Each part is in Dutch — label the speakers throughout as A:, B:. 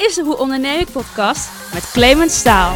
A: is de Hoe Onderneem ik podcast met Clemens Staal.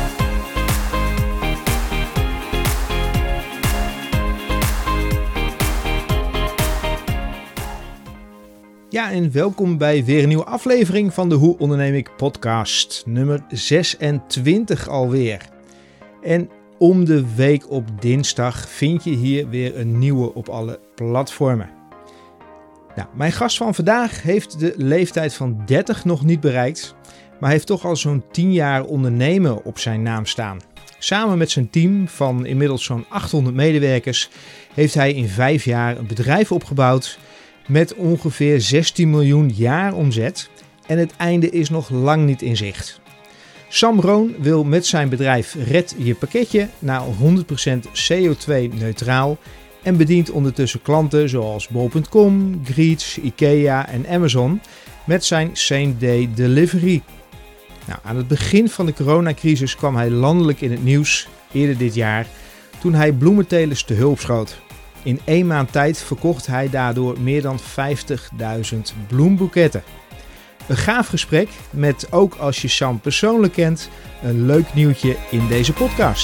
B: Ja, en welkom bij weer een nieuwe aflevering van de Hoe Onderneem ik podcast. Nummer 26 alweer. En om de week op dinsdag vind je hier weer een nieuwe op alle platformen. Nou, mijn gast van vandaag heeft de leeftijd van 30 nog niet bereikt, maar heeft toch al zo'n 10 jaar ondernemen op zijn naam staan. Samen met zijn team van inmiddels zo'n 800 medewerkers heeft hij in 5 jaar een bedrijf opgebouwd met ongeveer 16 miljoen jaar omzet en het einde is nog lang niet in zicht. Sam Roon wil met zijn bedrijf Red Je Pakketje naar 100% CO2-neutraal en bedient ondertussen klanten zoals bol.com, Greets, Ikea en Amazon met zijn same-day delivery. Nou, aan het begin van de coronacrisis kwam hij landelijk in het nieuws eerder dit jaar toen hij bloementelers te hulp schoot. In 1 maand tijd verkocht hij daardoor meer dan 50.000 bloemboeketten. Een gaaf gesprek met, ook als je Sam persoonlijk kent, een leuk nieuwtje in deze podcast.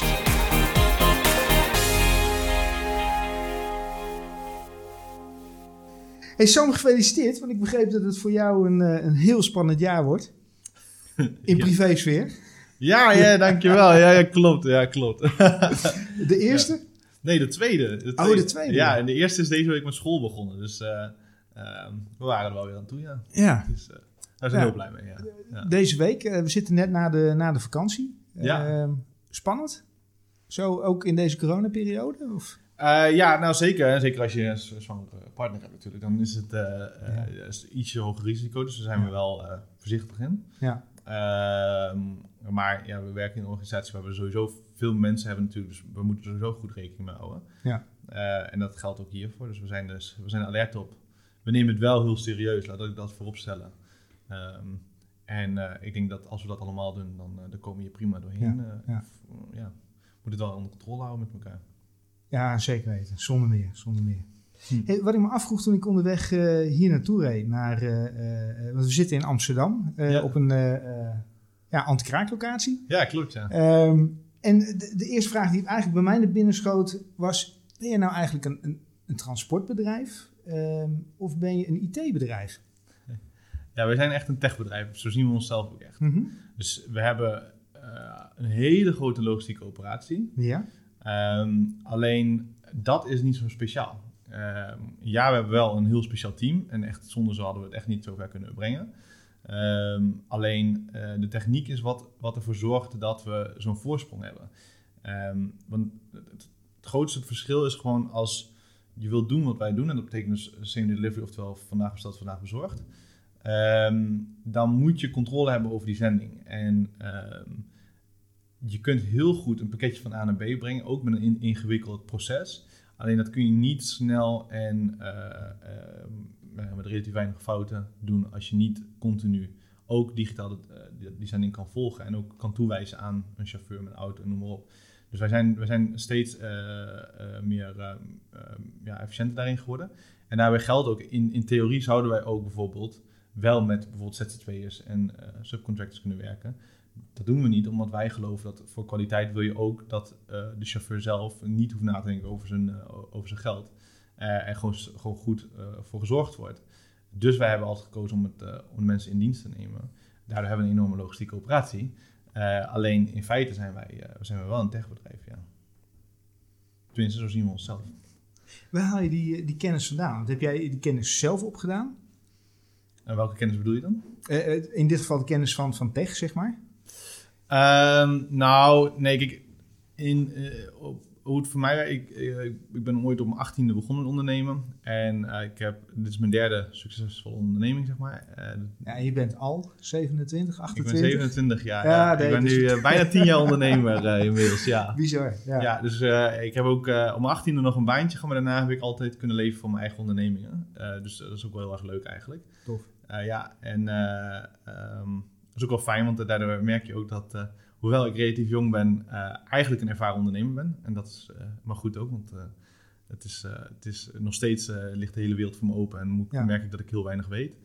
B: Hey Sam, gefeliciteerd, want ik begreep dat het voor jou een heel spannend jaar wordt. In privésfeer.
C: Ja, dankjewel. Ja, klopt.
B: De eerste?
C: Ja. Nee, de tweede.
B: De tweede.
C: Ja, en de eerste is deze week met school begonnen. Dus we waren er wel weer aan toe, ja.
B: Ja.
C: Dus, daar zijn we heel blij mee, ja.
B: Deze week, we zitten net na de vakantie.
C: Ja.
B: Spannend? Zo ook in deze coronaperiode? Of?
C: Ja, nou zeker. Zeker als je een zwangere partner hebt natuurlijk. Dan is het is ietsje hoger risico. Dus daar zijn we wel voorzichtig in.
B: Ja.
C: Maar ja, we werken in een organisatie waar we sowieso veel mensen hebben natuurlijk. Dus we moeten er sowieso goed rekening mee houden.
B: Ja.
C: En dat geldt ook hiervoor. Dus we zijn alert op. We nemen het wel heel serieus. Laat ik dat voorop stellen. En ik denk dat als we dat allemaal doen, dan komen we hier prima doorheen. Moet het wel onder controle houden met elkaar.
B: Ja, zeker weten. Zonder meer. Hey, wat ik me afvroeg toen ik onderweg hier naartoe reed, want we zitten in Amsterdam op een anti-kraaklocatie.
C: Ja, klopt, ja.
B: En de eerste vraag die eigenlijk bij mij naar binnen schoot was, ben je nou eigenlijk een transportbedrijf of ben je een IT-bedrijf?
C: Ja, wij zijn echt een techbedrijf. Zo zien we onszelf ook echt.
B: Mm-hmm.
C: Dus we hebben een hele grote logistieke operatie.
B: Ja.
C: Alleen dat is niet zo speciaal. Ja, we hebben wel een heel speciaal team. En echt zonder zo hadden we het echt niet zo ver kunnen brengen. Alleen de techniek is wat ervoor zorgt dat we zo'n voorsprong hebben. Want het grootste verschil is gewoon als je wilt doen wat wij doen. En dat betekent dus same-day delivery, oftewel vandaag besteld, vandaag bezorgd. Dan moet je controle hebben over die zending. En je kunt heel goed een pakketje van A naar B brengen, ook met een ingewikkeld proces. Alleen dat kun je niet snel en met relatief weinig fouten doen als je niet continu ook digitaal die zending kan volgen en ook kan toewijzen aan een chauffeur met een auto en noem maar op. Dus wij zijn steeds meer efficiënter daarin geworden. En daarbij geldt ook, in theorie zouden wij ook bijvoorbeeld wel met bijvoorbeeld ZZP'ers en subcontractors kunnen werken. Dat doen we niet, omdat wij geloven dat voor kwaliteit wil je ook dat de chauffeur zelf niet hoeft na te denken over zijn geld. En gewoon goed voor gezorgd wordt. Dus wij hebben altijd gekozen om de mensen in dienst te nemen. Daardoor hebben we een enorme logistieke operatie. Alleen in feite zijn we wel een techbedrijf, ja. Tenminste, zo zien we onszelf.
B: Waar haal je die kennis vandaan? Want heb jij die kennis zelf opgedaan?
C: En welke kennis bedoel je dan?
B: In dit geval de kennis van tech, zeg maar.
C: Kijk, hoe het voor mij werkt, ik ben ooit op mijn 18e begonnen met ondernemen. En dit is mijn derde succesvolle onderneming, zeg maar.
B: Je bent al 27, 28?
C: Ik ben 27 jaar. Ik ben nu bijna 10 jaar ondernemer inmiddels, ja.
B: Bizar, ja.
C: Ja, dus ik heb ook op mijn 18e nog een baantje gehad, maar daarna heb ik altijd kunnen leven van mijn eigen ondernemingen. Dus dat is ook wel heel erg leuk eigenlijk.
B: Tof.
C: Dat is ook wel fijn, want daardoor merk je ook dat, hoewel ik relatief jong ben, eigenlijk een ervaren ondernemer ben. En dat is maar goed ook, want het is nog steeds ligt de hele wereld voor me open en merk ik dat ik heel weinig weet.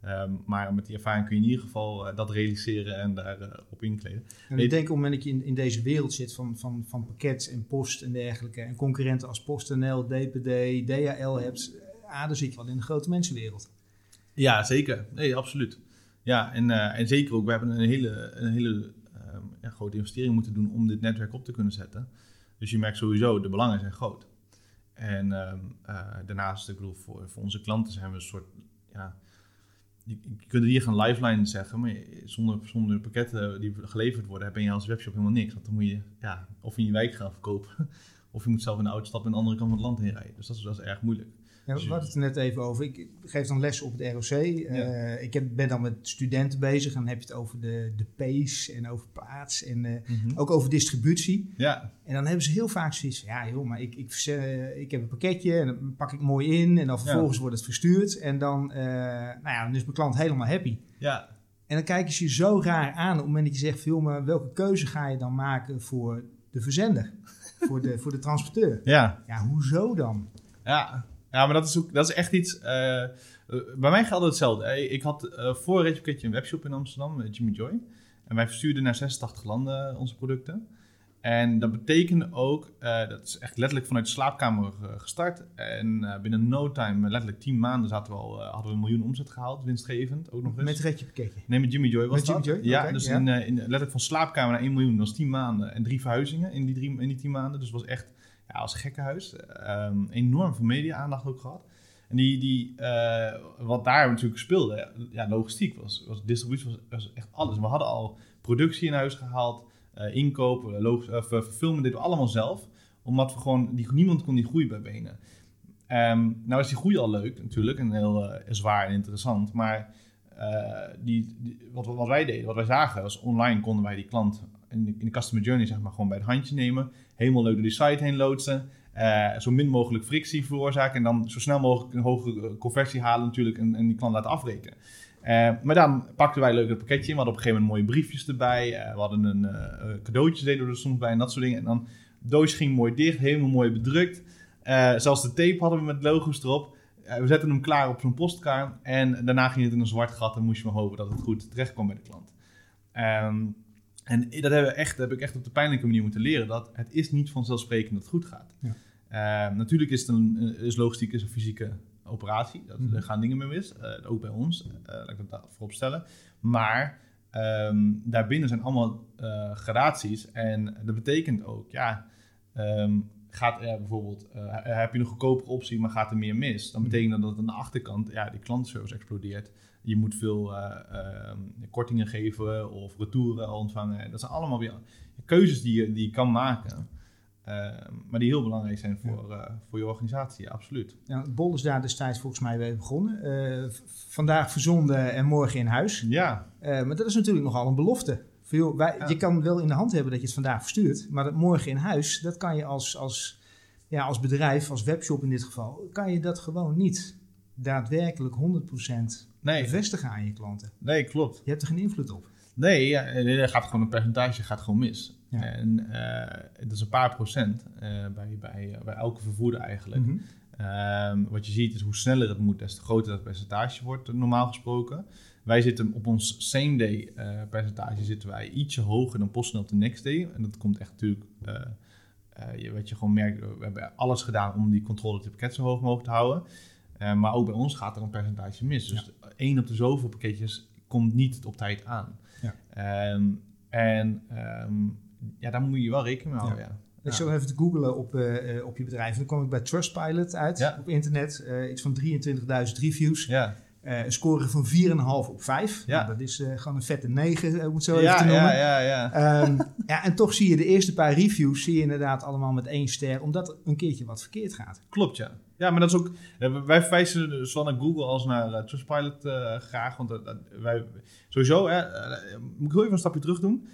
C: Maar met die ervaring kun je in ieder geval dat realiseren en daarop inkleden.
B: En ik denk op het moment dat je in deze wereld zit van pakket en post en dergelijke, en concurrenten als PostNL, DPD, DHL hebt, dan zit je wel in de grote mensenwereld.
C: Ja, zeker. Nee, absoluut. Ja, en zeker ook, we hebben een hele grote investering moeten doen om dit netwerk op te kunnen zetten. Dus je merkt sowieso, de belangen zijn groot. En daarnaast, ik bedoel, voor onze klanten zijn we een soort, je kunt hier gaan lifeline zeggen, maar zonder pakketten die geleverd worden, ben je als webshop helemaal niks. Want dan moet je of in je wijk gaan verkopen, of je moet zelf in de auto stappen en de andere kant van het land heen rijden. Dus dat is erg moeilijk.
B: Ja, we hadden het er net even over. Ik geef dan les op het ROC. Ik ben dan met studenten bezig. En dan heb je het over de pace en over plaats. En ook over distributie.
C: Ja.
B: En dan hebben ze heel vaak zoiets van, ja joh, maar ik heb een pakketje en dan pak ik mooi in. En dan vervolgens wordt het verstuurd. En dan, dan is mijn klant helemaal happy.
C: Ja.
B: En dan kijken ze je zo raar aan op het moment dat je zegt, maar welke keuze ga je dan maken voor de verzender? voor de transporteur?
C: Ja.
B: Ja, hoezo dan?
C: Ja, maar dat is echt iets. Bij mij geldt hetzelfde. Ik had voor Red Pakketje een webshop in Amsterdam, Jimmy Joy. En wij verstuurden naar 86 landen onze producten. En dat betekende ook, dat is echt letterlijk vanuit de slaapkamer gestart. En binnen no time, letterlijk 10 maanden, hadden we 1 miljoen omzet gehaald, winstgevend ook nog eens.
B: Met Red Pakketje?
C: Nee, met Jimmy Joy was
B: met
C: dat.
B: Jimmy Joy?
C: Ja,
B: okay,
C: dus letterlijk van slaapkamer naar 1 miljoen, dat was 10 maanden. En 3 verhuizingen in die 10 maanden. Dus het was echt als gekkenhuis. Enorm veel media-aandacht ook gehad. En wat daar natuurlijk speelde, logistiek was distributie, was echt alles. We hadden al productie in huis gehaald, inkopen, verfilmen, deden we allemaal zelf. Omdat we gewoon, niemand kon die groei bij benen. Nou is die groei al leuk natuurlijk en heel zwaar en interessant. Maar wat wij deden, wat wij zagen, was online konden wij die klant in de customer journey zeg maar gewoon bij het handje nemen. Helemaal leuk door die site heen loodsen. Zo min mogelijk frictie veroorzaken. En dan zo snel mogelijk een hogere conversie halen natuurlijk. En die klant laten afrekenen. Maar dan pakten wij leuk het pakketje in. We hadden op een gegeven moment mooie briefjes erbij. We hadden een cadeautjes deden we er soms bij en dat soort dingen. En dan de doos ging mooi dicht. Helemaal mooi bedrukt. Zelfs de tape hadden we met logo's erop. We zetten hem klaar op zo'n postkar. En daarna ging het in een zwart gat. En moest je maar hopen dat het goed terecht kwam bij de klant. En dat heb ik echt op de pijnlijke manier moeten leren. Dat het is niet vanzelfsprekend dat het goed gaat. Ja. Natuurlijk is logistiek een fysieke operatie. Er gaan dingen mee mis. Ook bij ons. Laat ik dat voorop stellen. Maar daarbinnen zijn allemaal gradaties. En dat betekent ook, gaat er bijvoorbeeld, heb je een goedkopere optie, maar gaat er meer mis? Dan betekent dat aan de achterkant die klantenservice explodeert. Je moet veel kortingen geven of retouren ontvangen. Dat zijn allemaal weer keuzes die je kan maken. Maar die heel belangrijk zijn voor je organisatie, absoluut.
B: Ja, Bol is daar destijds volgens mij weer begonnen. Vandaag verzonden en morgen in huis.
C: Ja.
B: Maar dat is natuurlijk nogal een belofte. Je kan wel in de hand hebben dat je het vandaag verstuurt. Maar dat morgen in huis, dat kan je als bedrijf, als webshop in dit geval, kan je dat gewoon niet daadwerkelijk 100% bevestigen aan je klanten.
C: Nee, klopt.
B: Je hebt er geen invloed op.
C: Nee, er gaat gewoon een percentage gaat gewoon mis. Ja. En het is een paar procent bij elke vervoerder eigenlijk. Mm-hmm. Wat je ziet is hoe sneller het moet, des te groter dat percentage wordt normaal gesproken. Wij zitten op ons same day percentage zitten wij ietsje hoger dan PostNL op de next day. En dat komt echt natuurlijk, wat je gewoon merkt, we hebben alles gedaan om die controle op het pakket zo hoog mogelijk te houden. Maar ook bij ons gaat er een percentage mis. Dus 1 op de zoveel pakketjes komt niet op tijd aan. Ja. Daar moet je wel rekening mee houden. Ja.
B: Ik zat even te googlen op je bedrijf. Dan kwam ik bij Trustpilot uit op internet. Iets van 23.000 reviews. Ja. Een score van 4,5 op 5. Ja. Nou, dat is gewoon een vette 9, om het zo even te noemen. Ja. En toch zie je de eerste paar reviews inderdaad allemaal met 1 ster. Omdat er een keertje wat verkeerd gaat.
C: Klopt, ja. Ja, maar dat is ook... Wij verwijzen zowel naar Google als naar Trustpilot graag. Want wij... Sowieso, moet ik heel even een stapje terug doen.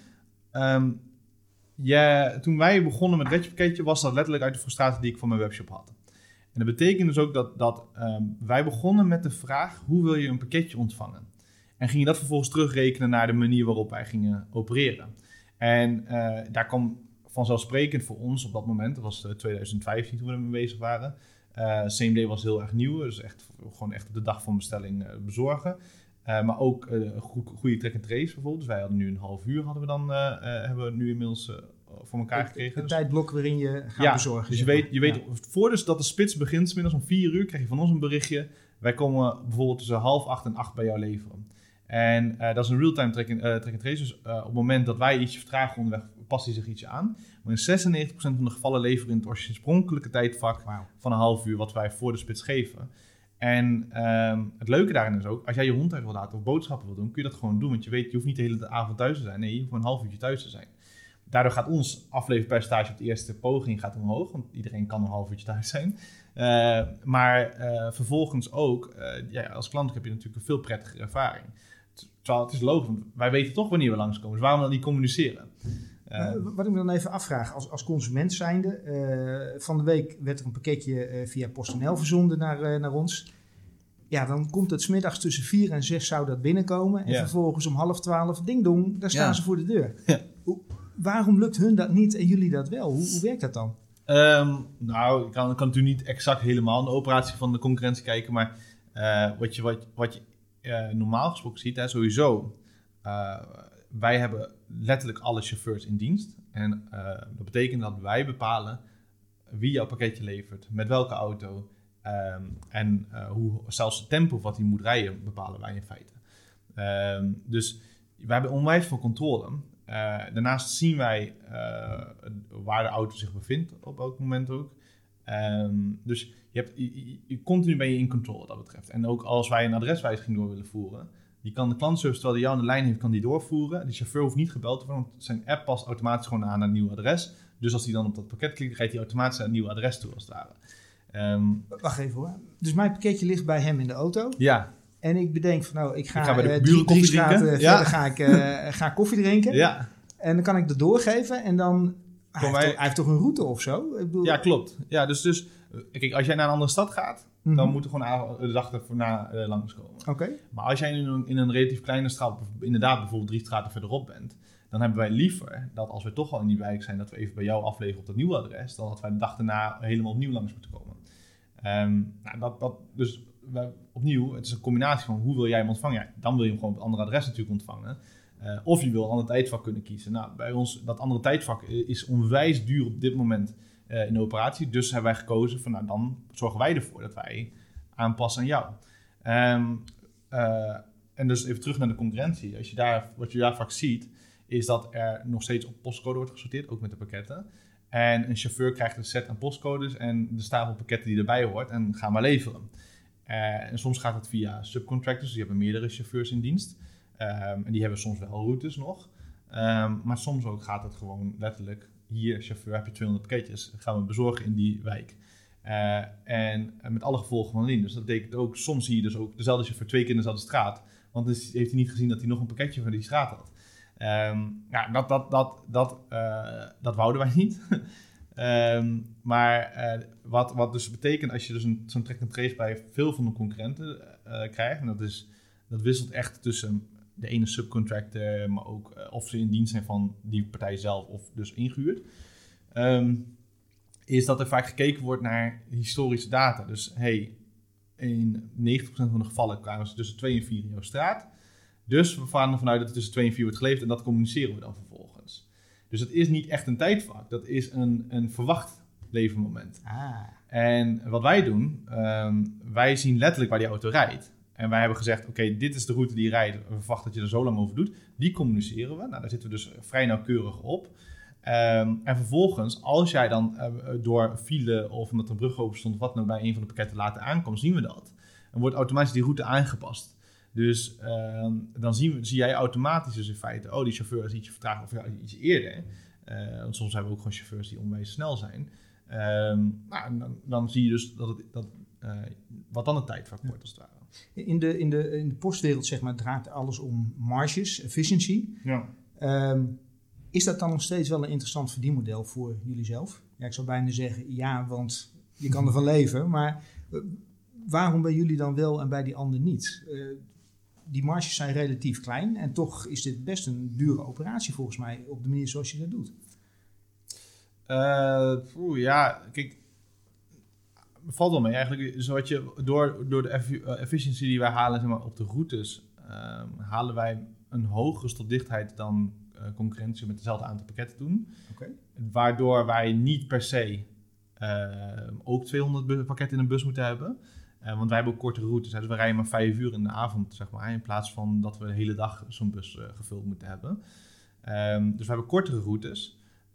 C: Toen wij begonnen met Red Pakketje was dat letterlijk uit de frustratie die ik van mijn webshop had. En dat betekent dus ook dat wij begonnen met de vraag, hoe wil je een pakketje ontvangen? En ging je dat vervolgens terugrekenen naar de manier waarop wij gingen opereren. En daar kwam vanzelfsprekend voor ons op dat moment, dat was 2015 toen we ermee bezig waren. Same day was heel erg nieuw, dus gewoon echt op de dag van bestelling bezorgen. Maar ook goede track and trace bijvoorbeeld. Dus wij hadden nu een half uur hebben we nu inmiddels voor elkaar gekregen.
B: Een tijdblok waarin je gaat bezorgen.
C: Dus je weet voordat de spits begint, 's middags om 4 uur, krijg je van ons een berichtje. Wij komen bijvoorbeeld tussen 7:30 en 8 bij jou leveren. En dat is een real-time track and trace. Dus op het moment dat wij ietsje vertragen onderweg, past hij zich ietsje aan. Maar in 96% van de gevallen leveren we in het oorspronkelijke tijdvak van een half uur, wat wij voor de spits geven. En het leuke daarin is ook, als jij je hond uit wil laten of boodschappen wil doen, kun je dat gewoon doen. Want je weet, je hoeft niet de hele avond thuis te zijn. Nee, je hoeft maar een half uurtje thuis te zijn. Daardoor gaat ons afleverpercentage op de eerste poging gaat omhoog. Want iedereen kan een half uurtje thuis zijn. Maar vervolgens ook, als klant heb je natuurlijk een veel prettigere ervaring. Terwijl het is logisch, want wij weten toch wanneer we langskomen. Dus waarom dan niet communiceren?
B: Wat ik me dan even afvraag, als consument zijnde, van de week werd er een pakketje via PostNL verzonden naar ons. Ja, dan komt het 's middags tussen 4 en 6 zou dat binnenkomen. En vervolgens om 11:30, ding dong, daar staan ze voor de deur. Ja. Waarom lukt hun dat niet en jullie dat wel? Hoe werkt dat dan?
C: Ik kan natuurlijk niet exact helemaal in de operatie van de concurrentie kijken. Maar wat je normaal gesproken ziet, sowieso. Wij hebben letterlijk alle chauffeurs in dienst. En dat betekent dat wij bepalen wie jouw pakketje levert, met welke auto. En zelfs het tempo wat hij moet rijden, bepalen wij in feite. Dus wij hebben onwijs veel controle. Daarnaast zien wij waar de auto zich bevindt op elk moment ook. Dus je continu ben je in control wat dat betreft. En ook als wij een adreswijziging door willen voeren, die kan de klantservice, terwijl hij jou aan de lijn heeft, kan die doorvoeren. De chauffeur hoeft niet gebeld te worden, want zijn app past automatisch gewoon aan een nieuw adres. Dus als hij dan op dat pakket klikt, rijdt hij automatisch naar een nieuw adres toe, als het ware.
B: Wacht even hoor. Dus mijn pakketje ligt bij hem in de auto.
C: Ja.
B: En ik bedenk van ik ga
C: bij de buren koffie drinken.
B: Verder ga ik koffie drinken.
C: Ja.
B: En dan kan ik dat doorgeven en dan... Hij heeft toch een route of zo? Ik bedoel...
C: Ja, klopt. Ja, dus kijk, als jij naar een andere stad gaat, dan moet er gewoon de dag ervoor langskomen.
B: Okay.
C: Maar als jij in een relatief kleine straat, inderdaad bijvoorbeeld 3 straten verderop bent, dan hebben wij liever dat als we toch al in die wijk zijn, dat we even bij jou afleveren op dat nieuwe adres, dan dat wij de dag daarna helemaal opnieuw langs moeten komen. Dus opnieuw, het is een combinatie van hoe wil jij hem ontvangen? Ja, dan wil je hem gewoon op het andere adres natuurlijk ontvangen. Of je wil een ander tijdvak kunnen kiezen. Nou, bij ons, dat andere tijdvak is onwijs duur op dit moment in de operatie. Dus hebben wij gekozen van, dan zorgen wij ervoor dat wij aanpassen aan jou. En dus even terug naar de concurrentie. Wat je daar vaak ziet, is dat er nog steeds op postcode wordt gesorteerd, ook met de pakketten. En een chauffeur krijgt een set aan postcodes en de stapel pakketten die erbij hoort en ga maar leveren. En soms gaat het via subcontractors, die hebben meerdere chauffeurs in dienst. En die hebben soms wel routes nog. Maar soms ook gaat het gewoon letterlijk, hier chauffeur, heb je 200 pakketjes, gaan we bezorgen in die wijk. En met alle gevolgen van dien. Dus dat betekent ook, soms zie je dus ook dezelfde chauffeur 2 keer in dezelfde straat. Want dan heeft hij niet gezien dat hij nog een pakketje van die straat had. Dat wouden wij niet. Maar wat dus betekent als je dus zo'n track and trace bij veel van de concurrenten krijgt. En dat wisselt echt tussen de ene subcontractor, maar ook of ze in dienst zijn van die partij zelf of dus ingehuurd. Is dat er vaak gekeken wordt naar historische data. Dus in 90% van de gevallen kwamen ze tussen 2 en 4 in jouw straat. Dus we gaan ervan uit dat het tussen 2 en 4 wordt geleverd en dat communiceren we dan vervolgens. Dus het is niet echt een tijdvak, dat is een verwacht levermoment. En wat wij doen, wij zien letterlijk waar die auto rijdt. En wij hebben gezegd, oké, dit is de route die je rijdt. We verwachten dat je er zo lang over doet. Die communiceren we. Nou, daar zitten we dus vrij nauwkeurig op. En vervolgens, als jij dan door file of omdat er een brug open stond of wat nou bij een van de pakketten later aankomt, zien we dat. En wordt automatisch die route aangepast. Dus dan zie jij automatisch dus in feite, die chauffeur is ietsje vertraagd of iets eerder. Want soms hebben we ook gewoon chauffeurs die onwijs snel zijn. Dan zie je dus wat dan de tijdvak wordt als het ware.
B: In de postwereld zeg maar draait alles om marges, efficiency.
C: Ja.
B: Is dat dan nog steeds wel een interessant verdienmodel voor jullie zelf? Ja, ik zou bijna zeggen ja, want je kan ervan leven. Maar waarom bij jullie dan wel en bij die ander niet? Die marges zijn relatief klein en toch is dit best een dure operatie volgens mij op de manier zoals je dat doet.
C: Kijk, valt wel mee eigenlijk. Zodat je door de efficiëntie die wij halen zeg maar, op de routes halen wij een hogere stopdichtheid dan concurrentie met hetzelfde aantal pakketten doen.
B: Okay.
C: Waardoor wij niet per se ook 200 pakketten in een bus moeten hebben. Want wij hebben ook kortere routes. Dus we rijden maar 5 uur in de avond, zeg maar. In plaats van dat we de hele dag zo'n bus gevuld moeten hebben. Dus we hebben kortere routes.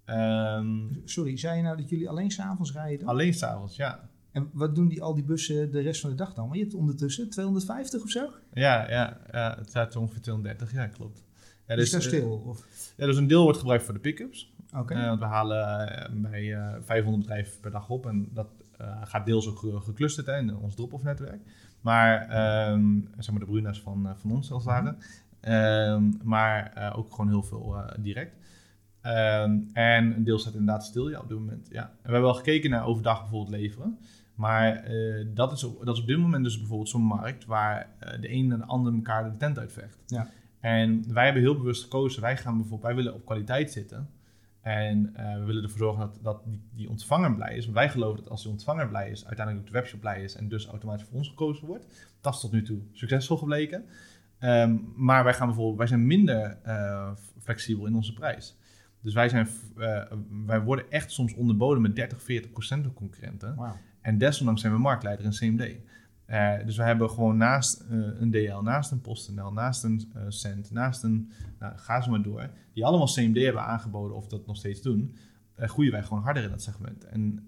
B: Sorry, zei je nou dat jullie alleen 's avonds rijden dan?
C: Alleen 's avonds, ja.
B: En wat doen al die bussen de rest van de dag dan? Maar je hebt ondertussen 250 of zo?
C: Ja, het staat ongeveer 230, ja, klopt. Ja,
B: Dus is dat stil? Of?
C: Ja, dus een deel wordt gebruikt voor de pick-ups.
B: Okay.
C: Want we halen bij 500 bedrijven per dag op. En dat gaat deels ook geclusterd in ons drop-off netwerk. Maar, zeg maar de Bruna's van ons als het ware. Maar ook gewoon heel veel direct. En een deel staat inderdaad stil, ja, op dit moment. Ja. En we hebben wel gekeken naar overdag bijvoorbeeld leveren. Maar dat is op dit moment dus bijvoorbeeld zo'n markt waar de een en de ander elkaar de tent uitvecht.
B: Ja.
C: En wij hebben heel bewust gekozen, wij willen op kwaliteit zitten. En we willen ervoor zorgen dat die ontvanger blij is. Want wij geloven dat als die ontvanger blij is, uiteindelijk ook de webshop blij is en dus automatisch voor ons gekozen wordt. Dat is tot nu toe succesvol gebleken. Maar wij zijn minder flexibel in onze prijs. Dus wij worden echt soms onderboden met 30-40% door concurrenten.
B: Wow.
C: En desondanks zijn we marktleider in CMD. Dus we hebben gewoon naast een DL, naast een PostNL, naast een Cent, naast een... ga zo maar door. Die allemaal CMD hebben aangeboden of dat nog steeds doen. Groeien wij gewoon harder in dat segment. En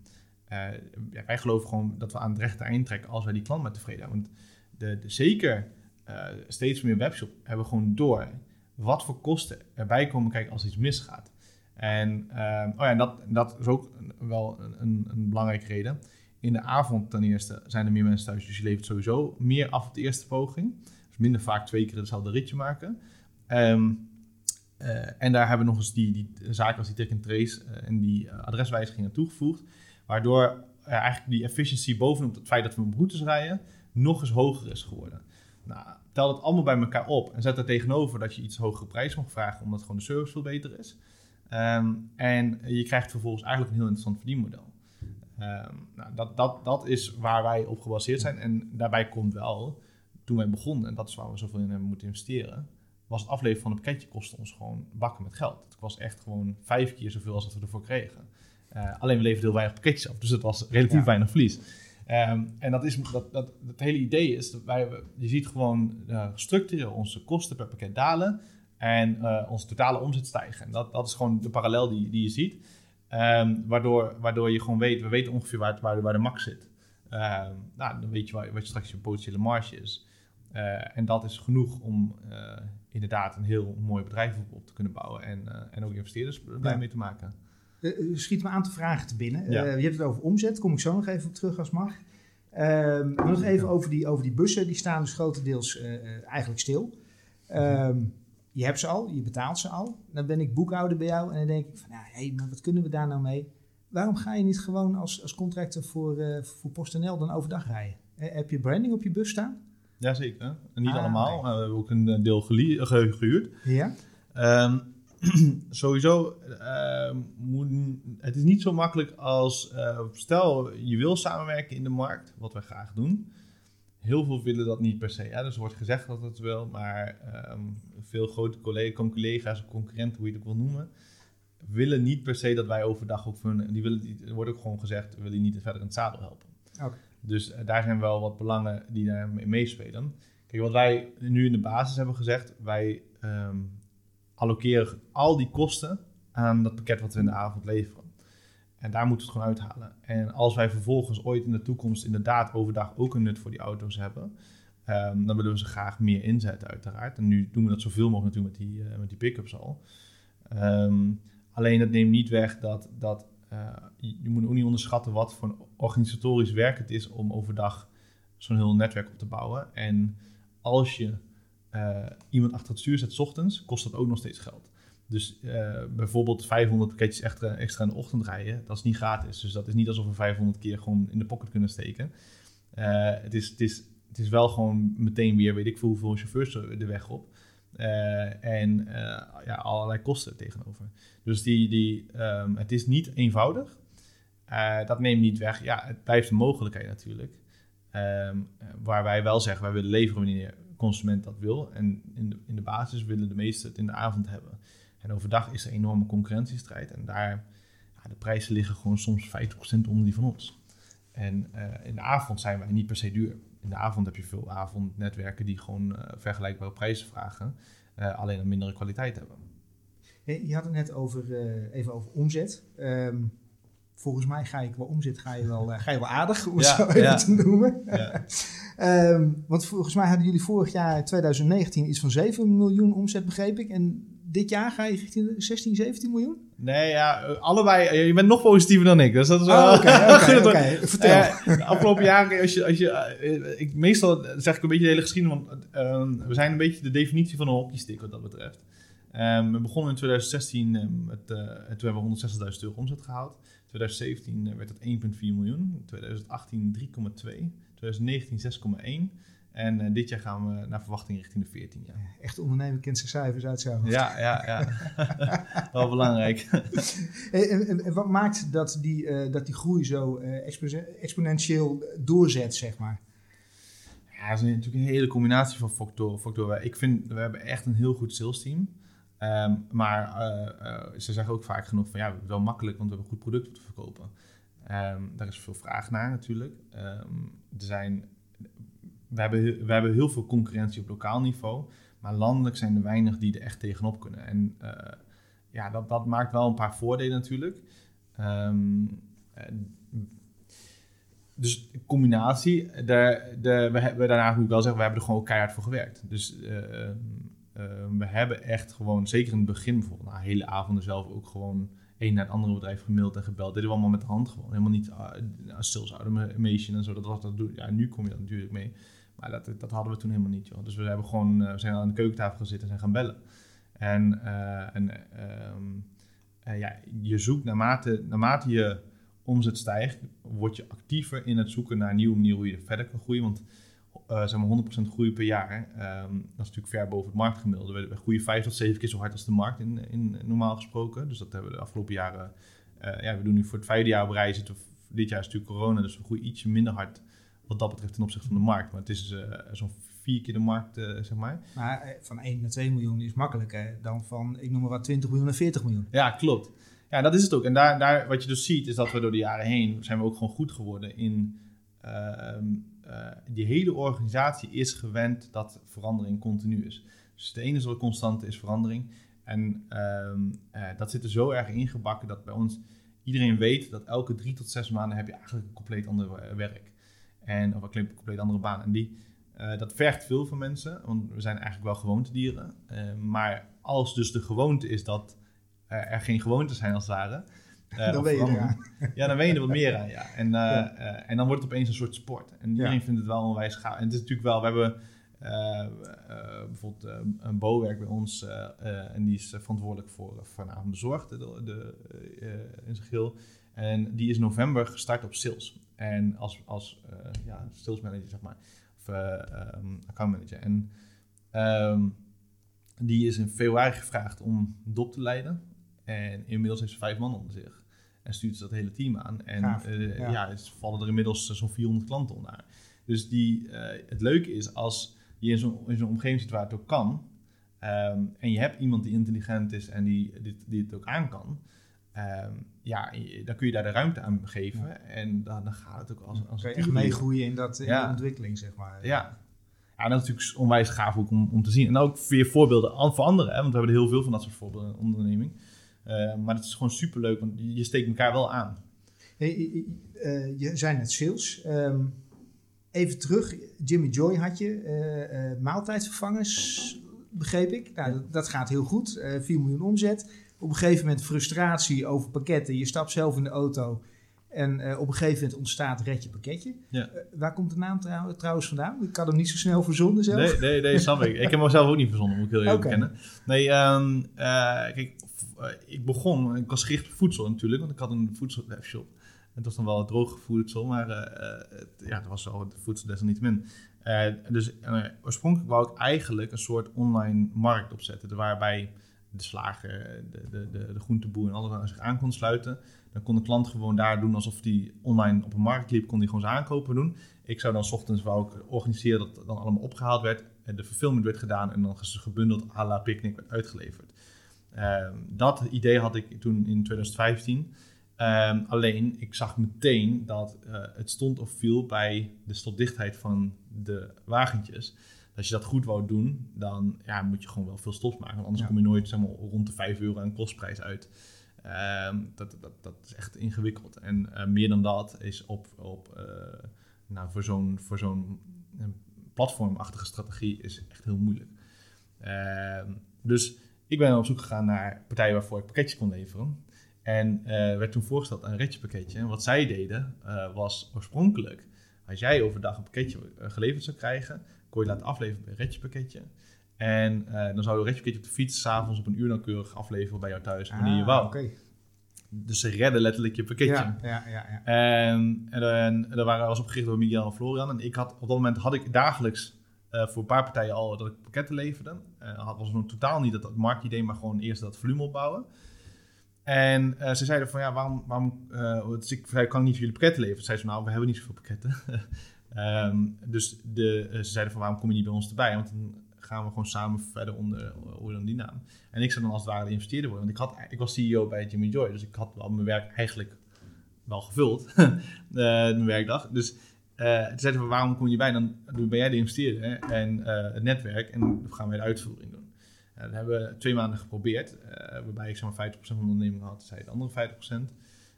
C: wij geloven gewoon dat we aan het rechte eind trekken als wij die klant maar tevreden hebben. Want zeker steeds meer webshop hebben we gewoon door wat voor kosten erbij komen kijken als iets misgaat. En dat is ook wel een belangrijke reden. In de avond ten eerste zijn er meer mensen thuis, dus je levert sowieso meer af op de eerste poging. Dus minder vaak 2 keer hetzelfde ritje maken. En daar hebben we nog eens die zaken als die track and trace en die adreswijzigingen toegevoegd. Waardoor eigenlijk die efficiency bovenop het feit dat we op routes rijden nog eens hoger is geworden. Nou, tel dat allemaal bij elkaar op en zet er tegenover dat je iets hogere prijs mag vragen, omdat gewoon de service veel beter is. En je krijgt vervolgens eigenlijk een heel interessant verdienmodel. Dat is waar wij op gebaseerd zijn. En daarbij komt wel, toen wij begonnen, en dat is waar we zoveel in hebben moeten investeren, was het afleveren van een pakketje kostte ons gewoon bakken met geld. Het was echt gewoon 5 keer zoveel als dat we ervoor kregen. Alleen we leverden heel weinig pakketjes af, dus het was relatief weinig verlies. En dat hele idee is, dat je ziet gewoon structureel onze kosten per pakket dalen en onze totale omzet stijgen. En dat is gewoon de parallel die je ziet. Waardoor je gewoon weet, we weten ongeveer waar de max zit. Dan weet je wat je straks je potentiële marge is. En dat is genoeg om inderdaad een heel mooi bedrijf op te kunnen bouwen en ook investeerders blij mee te maken.
B: Schiet me aan te vragen te binnen.
C: Ja.
B: Je hebt het over omzet, kom ik zo nog even op terug als mag. Nog even over die bussen, die staan dus grotendeels eigenlijk stil. Je hebt ze al, je betaalt ze al. Dan ben ik boekhouder bij jou en dan denk ik van, maar wat kunnen we daar nou mee? Waarom ga je niet gewoon als contractor voor PostNL dan overdag rijden? Heb je branding op je bus staan?
C: Jazeker, niet allemaal. Okay. We hebben ook een deel gehuurd.
B: Ja.
C: Sowieso, het is niet zo makkelijk als, stel je wil samenwerken in de markt, wat wij graag doen. Heel veel willen dat niet per se. Ja? Dus er wordt gezegd dat het wil, maar veel grote collega's of concurrenten, hoe je het ook wil noemen, willen niet per se dat wij overdag ook er wordt ook gewoon gezegd, we willen niet verder in het zadel helpen.
B: Okay.
C: Dus daar zijn wel wat belangen die daar meespelen. Kijk, wat wij nu in de basis hebben gezegd, wij allokeren al die kosten aan dat pakket wat we in de avond leveren. En daar moeten we het gewoon uithalen. En als wij vervolgens ooit in de toekomst inderdaad overdag ook een nut voor die auto's hebben, dan willen we ze graag meer inzetten uiteraard. En nu doen we dat zoveel mogelijk natuurlijk met die pick-ups al. Alleen dat neemt niet weg dat je moet ook niet onderschatten wat voor organisatorisch werk het is om overdag zo'n heel netwerk op te bouwen. En als je iemand achter het stuur zet 's ochtends, kost dat ook nog steeds geld. Dus bijvoorbeeld 500 pakketjes extra in de ochtend rijden, dat is niet gratis. Dus dat is niet alsof we 500 keer gewoon in de pocket kunnen steken. Het is wel gewoon meteen weer, weet ik veel hoeveel chauffeurs de weg op. Allerlei kosten tegenover. Dus het is niet eenvoudig. Dat neemt niet weg. Ja, het blijft een mogelijkheid natuurlijk. Waar wij wel zeggen, wij willen leveren wanneer consument dat wil. En in de basis willen de meesten het in de avond hebben. En overdag is er een enorme concurrentiestrijd. En daar, de prijzen liggen gewoon soms 50% onder die van ons. En in de avond zijn wij niet per se duur. In de avond heb je veel avondnetwerken die gewoon vergelijkbare prijzen vragen. Alleen een mindere kwaliteit hebben.
B: Je had het net even over omzet. Volgens mij ga je wel aardig, om het zo even te noemen. Ja. Want volgens mij hadden jullie vorig jaar, 2019, iets van 7 miljoen omzet, begreep ik. En dit jaar ga je richting 16, 17 miljoen?
C: Nee, allebei. Je bent nog positiever dan ik. Dus dat is wel...
B: Oké. Vertel.
C: De afgelopen jaren, meestal zeg ik een beetje de hele geschiedenis, want we zijn een beetje de definitie van een hockeystick wat dat betreft. We begonnen in 2016 toen hebben we €160.000 omzet gehaald. 2017 werd dat 1,4 miljoen. 2018 3,2. 2019 6,1. En dit jaar gaan we naar verwachting richting de 14 jaar.
B: Echt ondernemer kent zijn cijfers uit zo.
C: Ja. Wel belangrijk.
B: En wat maakt dat die groei zo exponentieel doorzet, zeg maar?
C: Ja, dat is natuurlijk een hele combinatie van factoren. Ik vind, we hebben echt een heel goed sales team. Maar ze zeggen ook vaak genoeg van, het is wel makkelijk, want we hebben een goed product te verkopen. Daar is veel vraag naar natuurlijk. We hebben heel veel concurrentie op lokaal niveau, maar landelijk zijn er weinig die er echt tegenop kunnen. En dat maakt wel een paar voordelen natuurlijk. Dus combinatie, daarna moet ik wel zeggen, we hebben er gewoon keihard voor gewerkt. Dus we hebben echt gewoon, zeker in het begin bijvoorbeeld, hele avonden zelf ook gewoon een naar het andere bedrijf gemaild en gebeld. Dit deden we allemaal met de hand gewoon. Helemaal niet sales automation en zo. Dat doe. Ja, nu kom je dat natuurlijk mee. Maar dat hadden we toen helemaal niet, joh. Dus we hebben gewoon, we zijn aan de keukentafel gaan zitten en zijn gaan bellen. Je zoekt naarmate je omzet stijgt, word je actiever in het zoeken naar nieuwe manieren hoe je verder kan groeien. Want 100% groei per jaar, dat is natuurlijk ver boven het marktgemiddelde. We groeien 5 tot 7 keer zo hard als de markt in normaal gesproken. Dus dat hebben we de afgelopen jaren. We doen nu voor het 5e jaar op rij. Dit jaar is natuurlijk corona, dus we groeien ietsje minder hard wat dat betreft ten opzichte van de markt. Maar het is zo'n 4 keer de markt, zeg maar. Maar
B: van 1 naar 2 miljoen is makkelijker dan van, ik noem maar wat, 20 miljoen naar 40 miljoen.
C: Ja, klopt. Ja, dat is het ook. En daar wat je dus ziet, is dat we door de jaren heen zijn we ook gewoon goed geworden in... die hele organisatie is gewend dat verandering continu is. Dus het enige wat constant is verandering. En dat zit er zo erg ingebakken dat bij ons iedereen weet dat elke 3 tot 6 maanden heb je eigenlijk een compleet ander werk. Of een compleet andere baan. En dat vergt veel van mensen, want we zijn eigenlijk wel gewoontedieren. Maar als dus de gewoonte is dat er geen gewoontes zijn als het ware...
B: dan weet je eraan.
C: Ja, dan weet je er wat meer aan, ja. En dan wordt het opeens een soort sport. En iedereen vindt het wel onwijs gaaf. En het is natuurlijk wel, we hebben bijvoorbeeld een Bo werkt bij ons en die is verantwoordelijk voor vanavond bezorgd in zijn geheel. En die is in november gestart op sales. En als sales manager, zeg maar. Of account manager. En die is in februari gevraagd om DOP te leiden. En inmiddels heeft ze 5 man onder zich. En stuurt ze dat hele team aan. En vallen er inmiddels zo'n 400 klanten onder. Dus het leuke is als je in zo'n omgevingssituatie ook kan. En je hebt iemand die intelligent is en die het ook aan kan. Dan kun je daar de ruimte aan geven. Ja. En dan gaat het ook als
B: kun je echt meegroeien in die ontwikkeling, zeg maar.
C: Ja. Ja, dat is natuurlijk onwijs gaaf ook om te zien. En ook weer voorbeelden voor anderen. Hè? Want we hebben er heel veel van dat soort voorbeelden in de onderneming. Maar het is gewoon superleuk, want je steekt elkaar wel aan.
B: Je zei net sales. Even terug, Jimmy Joy had je. Maaltijdvervangers, begreep ik. Nou, dat gaat heel goed. 4 miljoen omzet. Op een gegeven moment frustratie over pakketten. Je stapt zelf in de auto. En op een gegeven moment ontstaat red je pakketje. Ja. Waar komt de naam trouwens vandaan? Ik kan hem niet zo snel verzonnen zelf.
C: Nee, snap ik. Ik heb hem zelf ook niet verzonnen, moet ik heel eerlijk bekennen. Nee, kijk, ik was gericht op voedsel natuurlijk, want ik had een voedselshop. Het was dan wel droog voedsel, maar het was wel het voedsel desalniettemin. Dus oorspronkelijk wou ik eigenlijk een soort online markt opzetten, waarbij de slager, de groenteboer en alles zich aan kon sluiten. Dan kon de klant gewoon daar doen alsof hij online op een markt liep, kon hij gewoon zijn aankopen doen. Ik zou dan 's ochtends organiseren dat dan allemaal opgehaald werd. de fulfillment werd gedaan en dan gebundeld à la Picnic werd uitgeleverd. Dat idee had ik toen in 2015. Alleen, ik zag meteen dat het stond of viel bij de stopdichtheid van de wagentjes. Als je dat goed wou doen, dan moet je gewoon wel veel stops maken. Want anders kom je nooit zeg maar, rond de €5 aan kostprijs uit. Dat is echt ingewikkeld. En meer dan dat is voor zo'n platformachtige strategie is echt heel moeilijk. Dus ik ben op zoek gegaan naar partijen waarvoor ik pakketjes kon leveren. En werd toen voorgesteld een Redje pakketje. En wat zij deden was oorspronkelijk, als jij overdag een pakketje geleverd zou krijgen, kon je laten afleveren bij een Redje pakketje. En dan zou je een Redje pakketje op de fiets 's avonds op een uur nauwkeurig afleveren bij jou thuis wanneer je wou.
B: Okay.
C: Dus ze redden letterlijk je pakketje.
B: Ja.
C: En dat was opgericht door Miguel en Florian. En op dat moment had ik dagelijks voor een paar partijen al dat ik pakketten leverde. Was nog totaal niet dat marktidee, maar gewoon eerst dat volume opbouwen. En ze zeiden van waarom dus ik zei, kan ik niet voor jullie pakketten leveren? Ze zeiden van we hebben niet zoveel pakketten. Dus ze zeiden van waarom kom je niet bij ons erbij? Want dan gaan we gewoon samen verder onder die naam. En ik zou dan als het ware de investeerder worden. Want ik was CEO bij Jimmy Joy, dus ik had al mijn werk eigenlijk wel gevuld, mijn werkdag. Dus toen zeiden we, waarom kom je bij? Dan ben jij de investeerder en het netwerk en dan gaan wij de uitvoering doen. Dat hebben we 2 maanden geprobeerd, waarbij ik zeg maar 50% van de onderneming had, zij de andere 50%.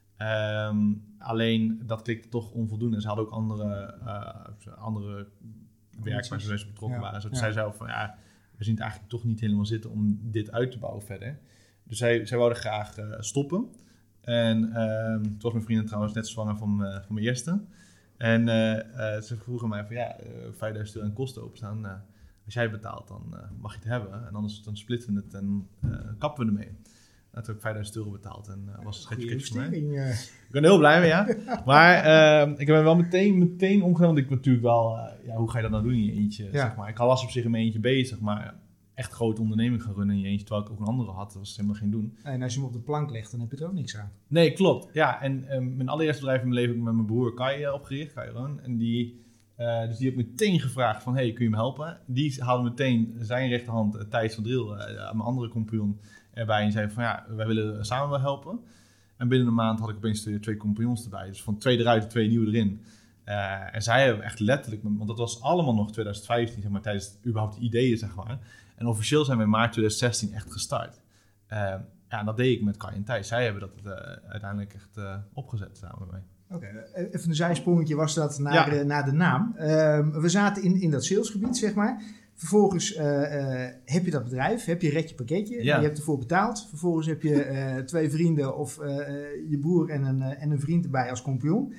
C: Alleen dat klikte toch onvoldoende. En ze hadden ook andere werk waar ze betrokken waren. Dus zij zeiden van we zien het eigenlijk toch niet helemaal zitten om dit uit te bouwen verder. Dus zij wouden graag stoppen. En toen was mijn vriendin trouwens net zwanger van mijn eerste. En ze vroegen mij van €5.000 aan kosten openstaan. Als jij betaalt, dan mag je het hebben. En anders dan splitten we het en kappen we ermee. Toen heb ik €5.000 betaald en was het schetje voor mij. Ik ben er heel blij mee, ja. Maar ik heb wel meteen omgenomen. Want ik natuurlijk wel, hoe ga je dat nou doen in je eentje? Zeg maar. Ik was op zich in mijn eentje bezig, maar echt grote onderneming gaan runnen in je eentje, terwijl ik ook een andere had, dat was helemaal geen doen.
B: En als je hem op de plank legt, dan heb je er ook niks aan.
C: Nee, klopt. Ja, en mijn allereerste bedrijf in mijn leven heb ik met mijn broer Kai opgericht, Kai Roon. En die heeft meteen gevraagd van, kun je me helpen? Die haalde meteen zijn rechterhand, Thijs van Driel, mijn andere compagnon, erbij en zei van, wij willen samen wel helpen. En binnen een maand had ik opeens 2 compagnons erbij. Dus van 2 eruit, 2 nieuwe erin. En zij hebben echt letterlijk, want dat was allemaal nog 2015, zeg maar, tijdens überhaupt de ideeën, zeg maar. En officieel zijn we in maart 2016 echt gestart. En dat deed ik met Kai en Thijs. Zij hebben dat uiteindelijk echt opgezet samen met mij.
B: Oké, even een zijsprongetje was dat naar de naam. We zaten in dat salesgebied, zeg maar. Vervolgens heb je dat bedrijf, heb je Redje pakketje, je hebt ervoor betaald. Vervolgens heb je 2 vrienden of je broer en een vriend erbij als compagnon.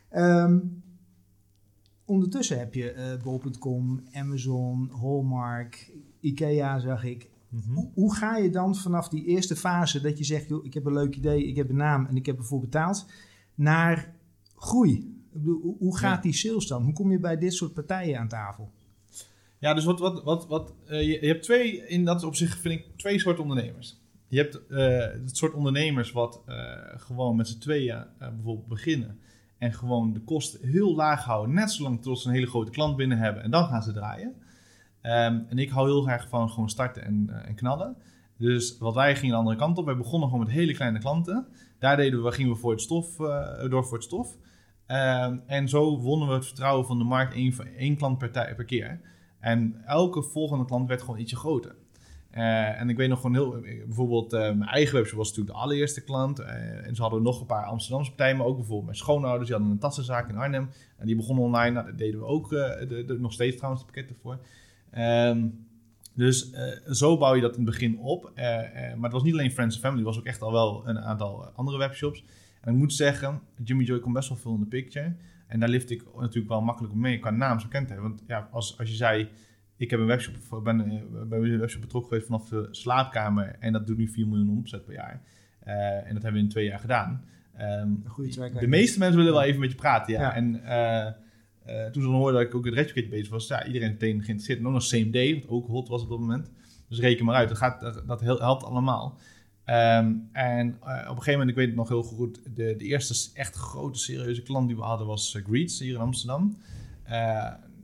B: Ondertussen heb je bol.com, Amazon, Hallmark, Ikea zag ik. Mm-hmm. Hoe ga je dan vanaf die eerste fase dat je zegt, joh, ik heb een leuk idee, ik heb een naam en ik heb ervoor betaald, naar groei? Ik bedoel, hoe gaat die sales dan? Hoe kom je bij dit soort partijen aan tafel?
C: Ja, dus je hebt 2, in dat opzicht vind ik 2 soorten ondernemers. Je hebt het soort ondernemers wat gewoon met z'n tweeën bijvoorbeeld beginnen en gewoon de kosten heel laag houden, net zolang tot ze een hele grote klant binnen hebben en dan gaan ze draaien. En ik hou heel erg van gewoon starten en knallen. Dus wat wij gingen de andere kant op. Wij begonnen gewoon met hele kleine klanten. Daar gingen we voor het stof. En zo wonnen we het vertrouwen van de markt 1 klant per keer. En elke volgende klant werd gewoon ietsje groter. En ik weet nog gewoon bijvoorbeeld mijn eigen webshop was natuurlijk de allereerste klant. En ze hadden nog een paar Amsterdamse partijen, maar ook bijvoorbeeld mijn schoonouders. Die hadden een tassenzaak in Arnhem. En die begonnen online. Nou, daar deden we ook nog steeds trouwens de pakketten voor. Dus zo bouw je dat in het begin op. Maar het was niet alleen Friends and Family. Het was ook echt al wel een aantal andere webshops. En ik moet zeggen, Jimmy Joy komt best wel veel in de picture. En daar lift ik natuurlijk wel makkelijk op mee qua naamsbekendheid. Want als je zei, ik heb ben bij een webshop betrokken geweest vanaf de slaapkamer. En dat doet nu 4 miljoen omzet per jaar. En dat hebben we in 2 jaar gedaan. De meeste mensen willen wel even met je praten. Ja. En toen ze dan hoorden dat ik ook het Redje pakketje bezig was, iedereen meteen geïnteresseerd. En ook nog same day, wat ook hot was op dat moment. Dus reken maar uit, dat helpt allemaal. En op een gegeven moment, ik weet het nog heel goed, de eerste echt grote serieuze klant die we hadden was Greets hier in Amsterdam.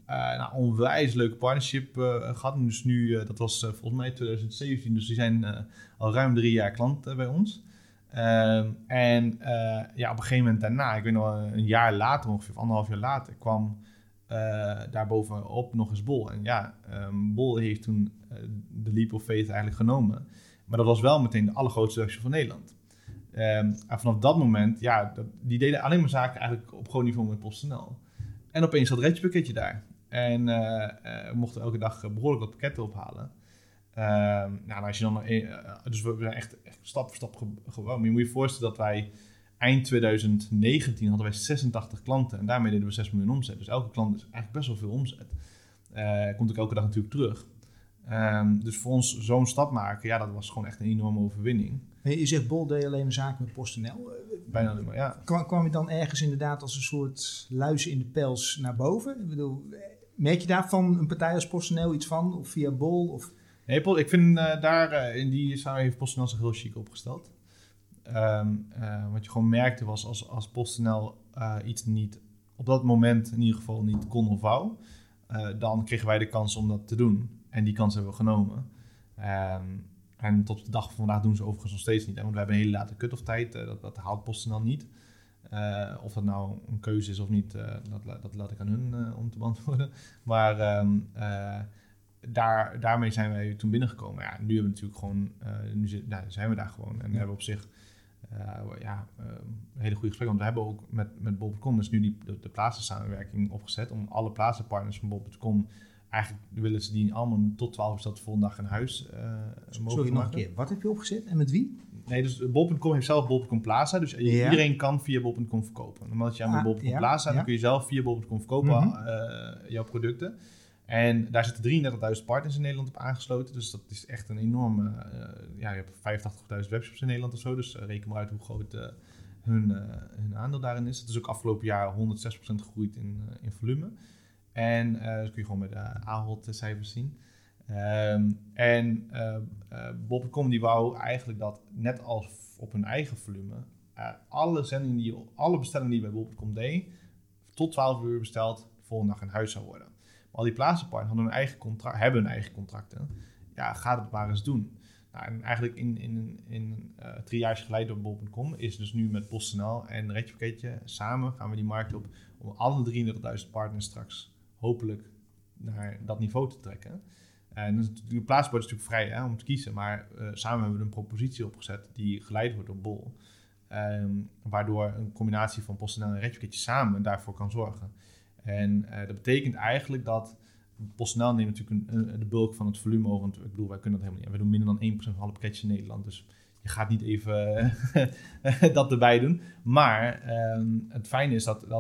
C: onwijs leuke partnership gehad. En dus nu, dat was volgens mij 2017, dus die zijn al ruim 3 jaar klant bij ons. Op een gegeven moment daarna, ik weet nog een jaar later ongeveer, of 1,5 jaar later, kwam daarbovenop nog eens Bol. En Bol heeft toen de leap of faith eigenlijk genomen. Maar dat was wel meteen de allergrootste webshop van Nederland. En vanaf dat moment, die deden alleen maar zaken eigenlijk op gewoon niveau met PostNL. En opeens zat Redje Pakketje daar. En we mochten elke dag behoorlijk wat pakketten ophalen. Als je dan, dus we zijn echt stap voor stap gewoon. Maar je moet je voorstellen dat wij eind 2019 hadden wij 86 klanten. En daarmee deden we 6 miljoen omzet. Dus elke klant is eigenlijk best wel veel omzet. Komt ook elke dag natuurlijk terug. Dus voor ons zo'n stap maken, dat was gewoon echt een enorme overwinning.
B: Je zegt Bol deed alleen maar zaken met PostNL.
C: Bijna alleen maar, ja.
B: Kwam je dan ergens inderdaad als een soort luis in de pels naar boven? Ik bedoel, merk je daarvan een partij als PostNL iets van? Of via Bol? Of...
C: Nee, ik vind in die zaal heeft PostNL zich heel chic opgesteld. Wat je gewoon merkte was als PostNL iets niet, op dat moment in ieder geval niet kon of wou, dan kregen wij de kans om dat te doen. En die kans hebben we genomen. En tot de dag van vandaag doen ze overigens nog steeds niet. Want we hebben een hele late cut-off tijd. Dat haalt PostNL niet. Of dat nou een keuze is of niet, dat laat ik aan hun om te beantwoorden. Maar daarmee zijn wij toen binnengekomen. Ja, nu hebben we natuurlijk gewoon, zijn we daar gewoon. En we hebben op zich een hele goede gesprekken. Want we hebben ook met Bol.com dus nu de plaatsensamenwerking opgezet om alle plaatspartners van Bol.com, eigenlijk willen ze die allemaal tot 12 uur de volgende dag in huis mogen.
B: Sorry, nog een keer. Wat heb je opgezet en met wie?
C: Nee, dus Bol.com heeft zelf Bol.com Plaza. Dus iedereen kan via Bol.com verkopen. Normaal als je aan Bol.com Plaza, dan kun je zelf via Bol.com verkopen jouw producten. En daar zitten 33.000 partners in Nederland op aangesloten. Dus dat is echt een enorme... je hebt 85.000 webshops in Nederland of zo. Dus reken maar uit hoe groot hun aandeel daarin is. Het is ook afgelopen jaar 106% gegroeid in volume. En dat kun je gewoon met de Ahold-cijfers zien. Bol.com die wou eigenlijk dat, net als op hun eigen volume, alle bestellingen die bij Bol.com deed, tot 12 uur besteld, de volgende dag in huis zou worden. Maar al die plaatspartners hebben hun eigen contracten. Ja, ga het maar eens doen. Nou, en eigenlijk in 3 jaar geleid door Bol.com is dus nu met PostNL en Redje Pakketje samen gaan we die markt op om alle 33.000 partners straks hopelijk naar dat niveau te trekken. En de plaatsbord is natuurlijk vrij om te kiezen, maar samen hebben we een propositie opgezet die geleid wordt door Bol. Waardoor een combinatie van PostNL en Redje Pakketje samen daarvoor kan zorgen. En dat betekent eigenlijk dat PostNL neemt natuurlijk de bulk van het volume over. Want ik bedoel, wij kunnen dat helemaal niet. We doen minder dan 1% van alle pakketjes in Nederland. Dus je gaat niet even dat erbij doen. Maar het fijne is dat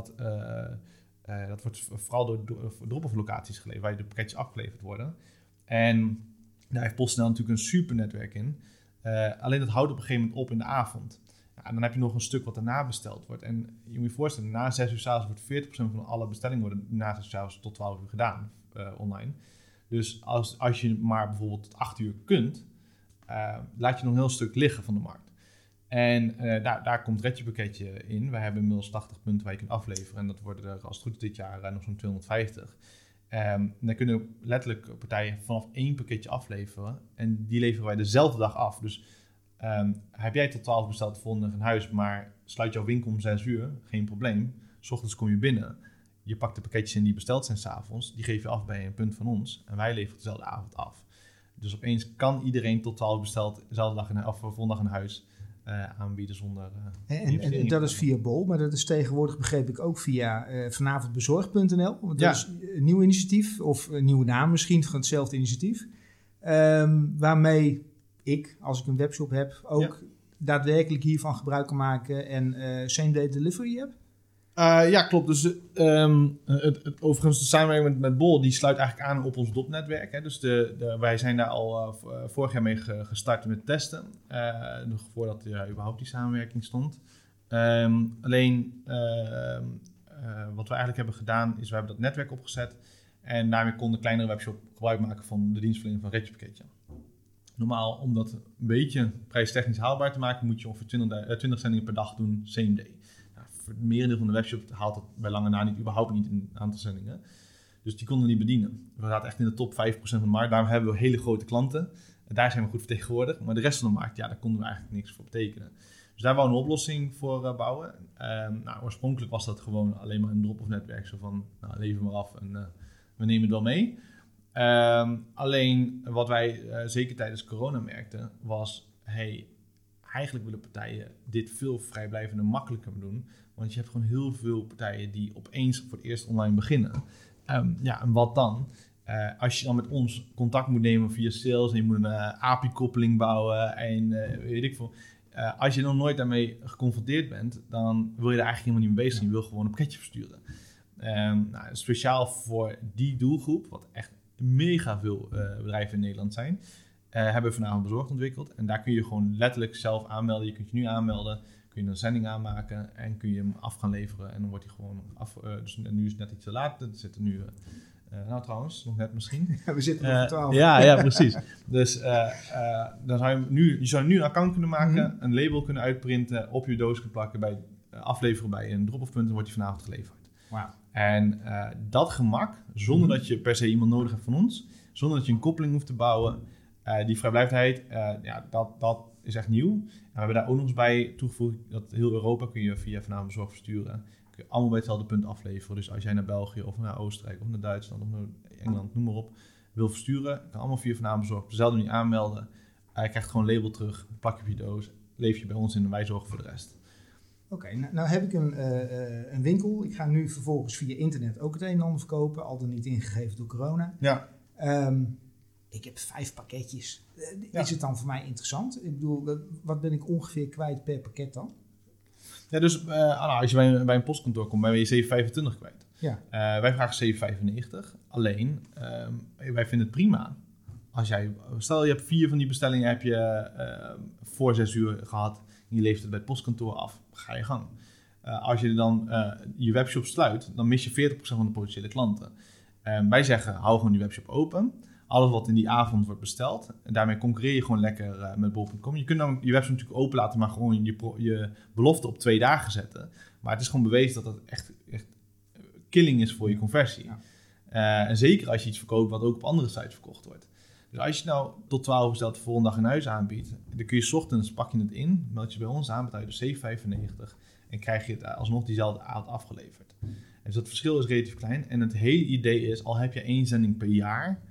C: wordt vooral door drop-off locaties geleverd, waar de pakketjes afgeleverd worden. En daar heeft PostNL natuurlijk een super netwerk in. Alleen dat houdt op een gegeven moment op in de avond. Ja, dan heb je nog een stuk wat daarna besteld wordt. En je moet je voorstellen, na 6 uur 's avonds wordt 40% van alle bestellingen worden na 6 uur 's avonds tot 12 uur gedaan online. Dus als je maar bijvoorbeeld tot 8 uur kunt, laat je nog een heel stuk liggen van de markt. En daar komt Redje Pakketje in. Wij hebben inmiddels 80 punten waar je kunt afleveren. En dat worden er als het goed is dit jaar nog zo'n 250. Dan kunnen letterlijk partijen vanaf 1 pakketje afleveren. En die leveren wij dezelfde dag af. Dus heb jij tot 12 besteld de volgende dag in huis, maar sluit jouw winkel om 6 uur, geen probleem. 's Ochtends kom je binnen. Je pakt de pakketjes in die besteld zijn 's avonds. Die geef je af bij een punt van ons. En wij leveren dezelfde avond af. Dus opeens kan iedereen tot 12 besteld dezelfde dag of volgende dag in huis aanbieden zonder...
B: En dat is via Bol, maar dat is tegenwoordig, begreep ik, ook via vanavondbezorgd.nl. Want dat is een nieuw initiatief, of een nieuwe naam misschien van hetzelfde initiatief. Waarmee ik, als ik een webshop heb, ook daadwerkelijk hiervan gebruik kan maken en same-day delivery heb.
C: Ja, klopt. Dus overigens de samenwerking met Bol, die sluit eigenlijk aan op ons DOP-netwerk. Hè. Dus wij zijn daar al vorig jaar mee gestart met testen. Nog voordat überhaupt die samenwerking stond. Alleen wat we eigenlijk hebben gedaan, is we hebben dat netwerk opgezet. En daarmee kon de kleinere webshop gebruik maken van de dienstverlening van Redje Pakketje. Normaal, om dat een beetje prijstechnisch haalbaar te maken, moet je ongeveer 20 zendingen per dag doen, same day. Voor het merendeel van de webshop haalt dat bij lange na überhaupt niet een aantal zendingen. Dus die konden we niet bedienen. We zaten echt in de top 5% van de markt. Daarom hebben we hele grote klanten. En daar zijn we goed vertegenwoordigd. Maar de rest van de markt, daar konden we eigenlijk niks voor betekenen. Dus daar wou een oplossing voor bouwen. Oorspronkelijk was dat gewoon alleen maar een drop-off netwerk. Zo van, lever maar af en we nemen het wel mee. Alleen wat wij zeker tijdens corona merkten was... eigenlijk willen partijen dit veel vrijblijvender makkelijker doen. Want je hebt gewoon heel veel partijen die opeens voor het eerst online beginnen. En wat dan? Als je dan met ons contact moet nemen via sales en je moet een API-koppeling bouwen en weet ik veel. Als je nog nooit daarmee geconfronteerd bent, dan wil je er eigenlijk helemaal niet mee bezig zijn. Je wil gewoon een pakketje versturen. Speciaal voor die doelgroep, wat echt mega veel bedrijven in Nederland zijn, hebben we Vanavond Bezorgd ontwikkeld. En daar kun je gewoon letterlijk zelf aanmelden. Je kunt je nu aanmelden, kun je een zending aanmaken en kun je hem af gaan leveren. En dan wordt hij gewoon af. Dus nu is het net iets te laat. Er zitten nu... trouwens, nog net misschien.
B: Ja, we zitten op 12.
C: Ja, precies. Dus dan zou je zou nu een account kunnen maken, een label kunnen uitprinten, op je doos kunnen plakken, afleveren bij een drop-off punt en wordt die vanavond geleverd.
B: Wow.
C: En dat gemak, zonder dat je per se iemand nodig hebt van ons, zonder dat je een koppeling hoeft te bouwen, die vrijblijvendheid, dat is echt nieuw. En we hebben daar ook nog eens bij toegevoegd dat heel Europa kun je via Vanavond Bezorgd versturen. Allemaal bij hetzelfde punt afleveren. Dus als jij naar België of naar Oostenrijk of naar Duitsland of naar Engeland, noem maar op, wil versturen, kan allemaal via Vanavond Bezorgd op dezelfde manier aanmelden. Je krijgt gewoon een label terug, plak je op je doos, leef je bij ons in en wij zorgen voor de rest.
B: Oké, nou heb ik een winkel. Ik ga nu vervolgens via internet ook het een en ander verkopen, al dan niet ingegeven door corona.
C: Ja.
B: Ik heb 5 pakketjes. Is het dan voor mij interessant? Ik bedoel, wat ben ik ongeveer kwijt per pakket dan?
C: Ja, dus als je bij een postkantoor komt, ben je 7,25 kwijt. Ja. Wij vragen 7,95. Alleen, wij vinden het prima. Stel je hebt 4 van die bestellingen heb je voor 6 uur gehad en je levert het bij het postkantoor af, ga je gang. Als je dan je webshop sluit, dan mis je 40% van de potentiële klanten. Wij zeggen, hou gewoon die webshop open. Alles wat in die avond wordt besteld. En daarmee concurreer je gewoon lekker met bol.com. Je kunt dan je website natuurlijk open laten, maar gewoon je belofte op 2 dagen zetten. Maar het is gewoon bewezen dat het echt killing is voor je conversie. Ja. En zeker als je iets verkoopt wat ook op andere sites verkocht wordt. Dus als je nou tot 12 bestelt de volgende dag in huis aanbiedt, dan kun je 's ochtends pak je het in, meld je bij ons aan, betaal je dus 7,95 en krijg je het alsnog diezelfde avond afgeleverd. Dus dat verschil is relatief klein. En het hele idee is, al heb je 1 zending per jaar,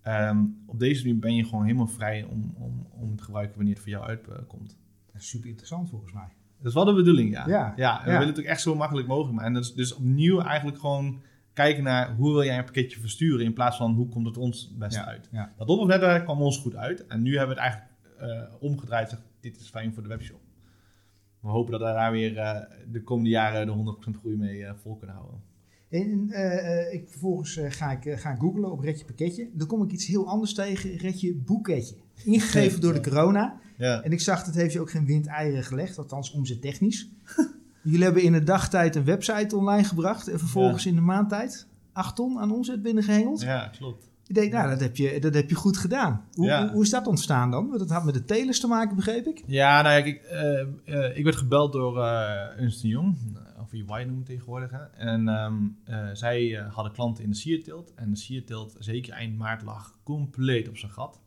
C: op deze manier ben je gewoon helemaal vrij om te gebruiken wanneer het voor jou uitkomt.
B: Dat is super interessant volgens mij.
C: Dat is wel de bedoeling, ja. En we willen het ook echt zo makkelijk mogelijk maken. En dus opnieuw eigenlijk gewoon kijken naar hoe wil jij een pakketje versturen in plaats van hoe komt het ons best uit. Ja. Dat drop-off netwerk kwam ons goed uit. En nu hebben we het eigenlijk omgedraaid. Zeg, dit is fijn voor de webshop. We hopen dat we daar weer de komende jaren de 100% groei mee vol kunnen houden.
B: En vervolgens ga ik googlen op Redje Pakketje. Dan kom ik iets heel anders tegen, Redje Boeketje. Ingegeven door de corona. Ja. En ik zag, dat heeft je ook geen windeieren gelegd, althans omzettechnisch. Jullie hebben in een dagtijd een website online gebracht en vervolgens in de maandtijd 8 ton aan omzet binnengehengeld.
C: Ja, klopt.
B: Ik denk, dat heb je goed gedaan. Hoe is dat ontstaan dan? Want dat had met de telers te maken, begreep ik?
C: Ja, nou ja, ik werd gebeld door Ernst & Young, of EY noemen we tegenwoordig. Hè? En zij hadden klanten in de sierteelt. En de sierteelt, zeker eind maart, lag compleet op zijn gat.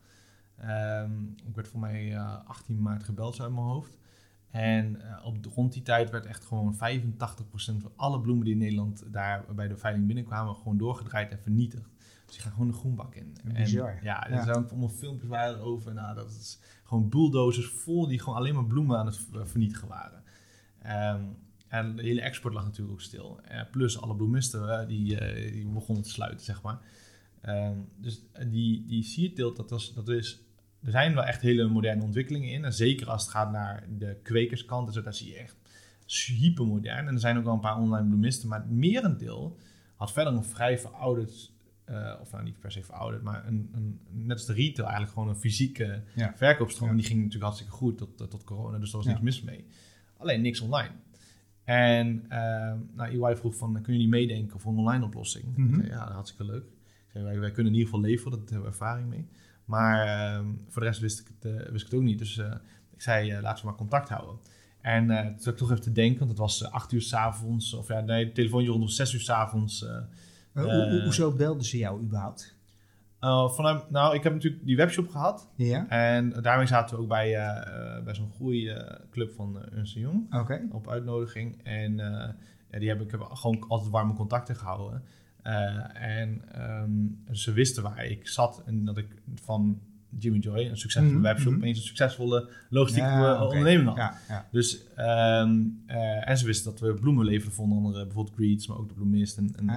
C: Ik werd voor mij 18 maart gebeld, zo uit mijn hoofd. En rond die tijd werd echt gewoon 85% van alle bloemen die in Nederland daar bij de veiling binnenkwamen, gewoon doorgedraaid en vernietigd. Dus die gaan gewoon de groenbak in.
B: Bizar.
C: En er zijn ook allemaal filmpjes waren over. Nou, dat is gewoon bulldozers vol die gewoon alleen maar bloemen aan het vernietigen waren. En de hele export lag natuurlijk ook stil. Plus alle bloemisten die begonnen te sluiten, zeg maar. Dus die sierteelt, er zijn wel echt hele moderne ontwikkelingen in. En zeker als het gaat naar de kwekerskant, dus daar zie je echt hypermodern. En er zijn ook wel een paar online bloemisten, maar het merendeel had verder een vrij verouderd, of nou niet per se verouderd, maar net als de retail eigenlijk gewoon een fysieke verkoopstroom. En die ging natuurlijk hartstikke goed tot corona, dus daar was niks mis mee. Alleen niks online. En EY vroeg van, kunnen jullie meedenken voor een online oplossing? Ik zei, ja, hartstikke leuk. Ik zei, wij kunnen in ieder geval leveren, daar hebben we ervaring mee. Maar voor de rest wist ik het ook niet. Dus ik zei, laten we maar contact houden. En toen zat ik toch even te denken, want het was 8 uur 's avonds. Of het telefoontje rond 6 uur 's avonds.
B: Hoezo belden ze jou überhaupt?
C: Ik heb natuurlijk die webshop gehad.
B: Ja.
C: En daarmee zaten we ook bij zo'n groeiclub van Ernst & Young.
B: Oké.
C: Op uitnodiging. En ik heb gewoon altijd warme contacten gehouden. Ze wisten waar ik zat en dat ik van Jimmy Joy, een succesvolle webshop, opeens een succesvolle logistieke onderneming had.
B: Ja.
C: Dus, en ze wisten dat we bloemen leverden voor onder andere bijvoorbeeld Greets, maar ook de bloemist.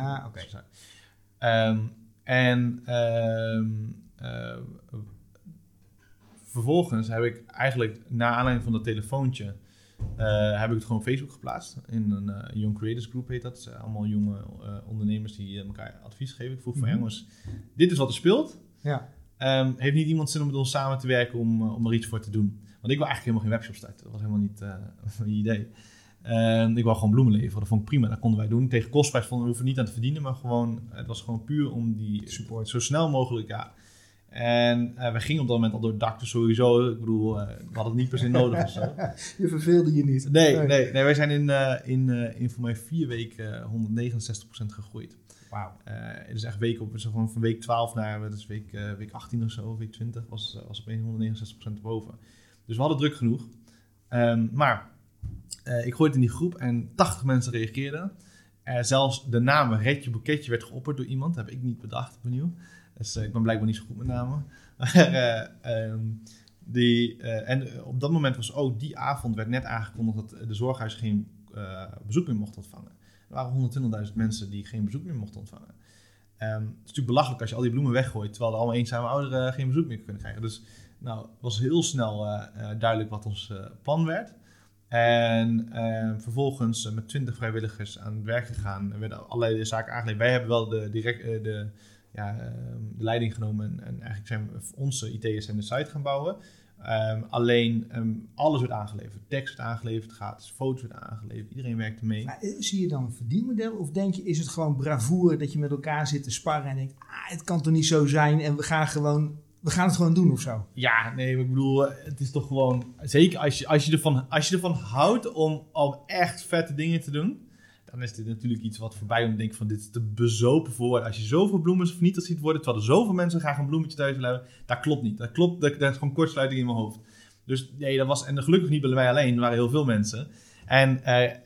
C: Vervolgens heb ik eigenlijk, naar aanleiding van dat telefoontje, heb ik het gewoon op Facebook geplaatst. In een Young Creators Group heet dat. Allemaal jonge ondernemers die elkaar advies geven. Ik vroeg van jongens, dit is wat er speelt.
B: Ja.
C: Heeft niet iemand zin om met ons samen te werken om er iets voor te doen? Want ik wil eigenlijk helemaal geen webshop starten. Dat was helemaal niet mijn idee. Ik wou gewoon bloemen leveren. Dat vond ik prima. Dat konden wij doen. Tegen kostprijs vonden we hoeven niet aan te verdienen. Maar gewoon, het was gewoon puur om die support zo snel mogelijk. Ja. En we gingen op dat moment al door het dak. Dus sowieso, ik bedoel, we hadden het niet per se nodig of zo.
B: Je verveelde je niet.
C: Nee. Wij zijn in voor mij 4 weken 169% gegroeid.
B: Wauw.
C: Het is echt weken op, gewoon van week 12 naar week 18 of zo, week 20 was opeens 169% boven. Dus we hadden druk genoeg. Maar ik gooide het in die groep en 80 mensen reageerden. Zelfs de naam Redje Boeketje werd geopperd door iemand. Dat heb ik niet bedacht opnieuw. Dus ik ben blijkbaar niet zo goed met namen. En op dat moment was ook, die avond werd net aangekondigd dat de zorghuis geen bezoek meer mocht ontvangen. Er waren 120.000 mensen die geen bezoek meer mochten ontvangen. Het is natuurlijk belachelijk als je al die bloemen weggooit, terwijl er allemaal eenzame ouderen geen bezoek meer kunnen krijgen. Dus het was heel snel duidelijk wat ons plan werd. En vervolgens met 20 vrijwilligers aan het werk gegaan. Er werden allerlei zaken aangeleverd. Wij hebben wel de leiding genomen en eigenlijk zijn onze IT'ers zijn de site gaan bouwen. Alleen alles werd aangeleverd. Tekst werd aangeleverd, gratis foto's werd aangeleverd. Iedereen werkte mee. Maar
B: zie je dan een verdienmodel? Of denk je, is het gewoon bravoure dat je met elkaar zit te sparren en denkt, het kan toch niet zo zijn en we gaan het gewoon doen of zo?
C: Ja, nee, ik bedoel, het is toch gewoon, zeker als je ervan houdt om echt vette dingen te doen, dan is dit natuurlijk iets wat voorbij om te denken van dit is te bezopen voor woorden. Als je zoveel bloemen vernietigd ziet worden, terwijl er zoveel mensen graag een bloemetje thuis willen hebben, dat klopt niet. Dat is gewoon kortsluiting in mijn hoofd. Dus nee, dat was, en gelukkig niet bij wij alleen, er waren heel veel mensen. En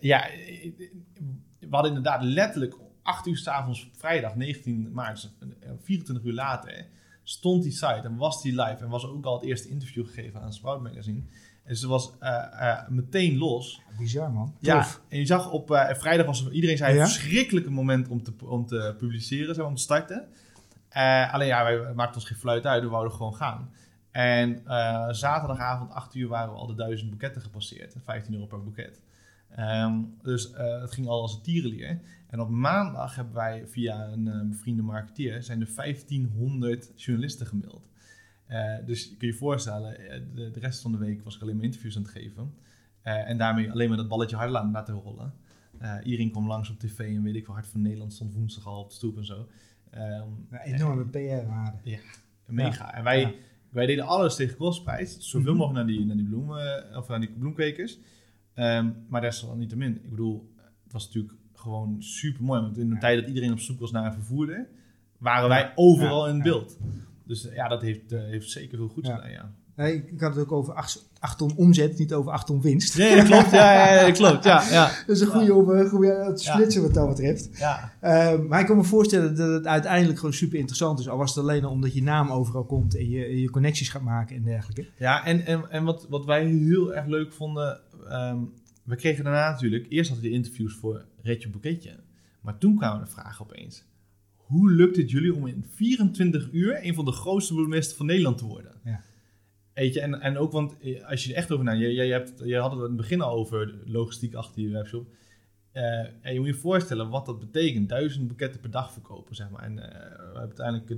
C: we hadden inderdaad letterlijk 8 uur 's avonds, vrijdag 19 maart, 24 uur later, stond die site en was die live en was ook al het eerste interview gegeven aan Sprout Magazine. En ze was meteen los.
B: Ja, bizar, man.
C: Ja,
B: Tof.
C: en je zag op vrijdag iedereen zei een verschrikkelijke moment om te publiceren, om te starten. Alleen wij maakten ons geen fluit uit, we wouden gewoon gaan. En zaterdagavond 8 uur waren we al de 1000 boeketten gepasseerd. €15 per boeket. Dus het ging al als een tierenlier. En op maandag hebben wij via een bevriende marketeer zijn er 1500 journalisten gemaild. Dus je kun je voorstellen, de rest van de week was ik alleen maar interviews aan het geven. En daarmee alleen maar dat balletje harder laten rollen. Iedereen kwam langs op tv en weet ik veel, Hart van Nederland stond woensdag al op de stoep en zo.
B: Enorme PR-waarde.
C: Ja, mega. Ja. En wij deden alles tegen kostprijs. Zoveel mogelijk naar die bloemen, of naar die bloemkwekers. Maar desalniettemin, ik bedoel, het was natuurlijk gewoon super mooi. Want in de tijd dat iedereen op zoek was naar een vervoerder, waren wij overal in beeld. Dus dat heeft zeker veel goeds gedaan, ja.
B: Nee, ik had het ook over 8 ton omzet, niet over 8 ton winst.
C: Nee, dat klopt. Ja, klopt. Ja.
B: Dat is een goede splitsen wat dat betreft.
C: Ja.
B: Maar ik kan me voorstellen dat het uiteindelijk gewoon super interessant is. Al was het alleen omdat je naam overal komt en je connecties gaat maken en dergelijke.
C: Ja, en wat wij heel erg leuk vonden, we kregen daarna natuurlijk, eerst hadden we de interviews voor Redje Boeketje. Maar toen kwamen de vragen opeens. Hoe lukt het jullie om in 24 uur een van de grootste bloemisten van Nederland te worden? Ja. Weet je, en ook, want als je er echt over nadenkt, je had het in het begin al over de logistiek achter je webshop. En je moet je voorstellen wat dat betekent. 1000 boeketten per dag verkopen, zeg maar. En we hebben uiteindelijk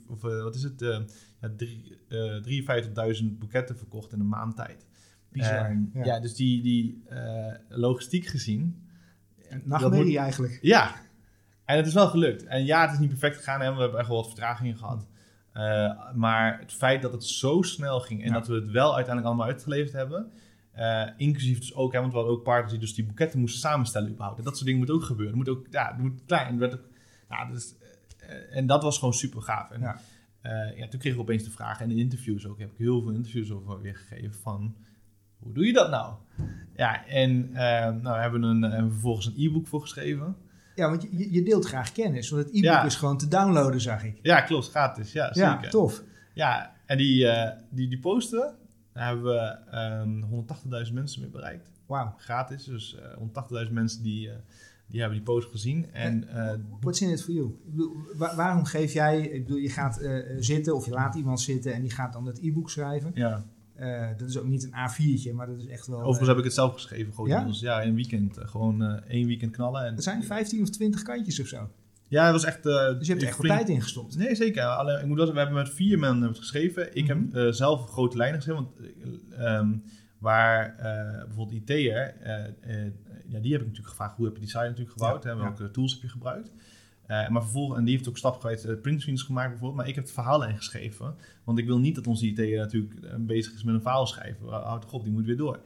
C: 53.000 boeketten verkocht in een maand tijd.
B: Bizar.
C: Ja, dus die logistiek gezien.
B: Nachtmerrie eigenlijk.
C: Ja, en het is wel gelukt. En ja, het is niet perfect gegaan. Hè? We hebben echt wel wat vertragingen gehad. Maar het feit dat het zo snel ging en dat we het wel uiteindelijk allemaal uitgeleverd hebben, inclusief dus ook, want we hadden ook partners die dus die boeketten moesten samenstellen überhaupt. En dat soort dingen moet ook gebeuren. Het moet klein. Ja, dus, en dat was gewoon super gaaf. En, toen kreeg ik opeens de vraag, en de interviews ook, heb ik heel veel interviews over weergegeven van, hoe doe je dat nou? Ja, en we hebben vervolgens een e-book voor geschreven.
B: Ja, want je deelt graag kennis, want het e-book is gewoon te downloaden, zag ik.
C: Ja, klopt, gratis, ja, zeker.
B: Ja, tof.
C: Ja, en die posten we. Daar hebben we 180.000 mensen mee bereikt.
B: Wauw.
C: Gratis, dus 180.000 mensen die hebben die post gezien. En
B: what's in it for you? Ik bedoel, waarom geef jij... Ik bedoel, je gaat zitten of je laat iemand zitten en die gaat dan het e-book schrijven.
C: Ja.
B: Dat is ook niet een A4'tje, maar dat is echt wel...
C: Overigens heb ik het zelf geschreven, grotendeels. Ja, in een weekend. Gewoon 1 weekend knallen. En
B: er zijn 15 of 20 kantjes of zo.
C: Ja, het was echt...
B: dus je hebt er echt wat tijd in gestopt.
C: Nee, zeker. Ik moet wel zeggen, we hebben met 4 mensen het geschreven. Ik heb zelf grote lijnen geschreven, want... waar bijvoorbeeld IT'er, die heb ik natuurlijk gevraagd, hoe heb je die site natuurlijk gebouwd? Ja, welke tools heb je gebruikt? Maar vervolgens, en die heeft ook stapgewijs printscreens gemaakt bijvoorbeeld, maar ik heb het verhaallijn geschreven, want ik wil niet dat onze IT'er natuurlijk bezig is met een verhaal schrijven. Houd toch op, die moet weer door.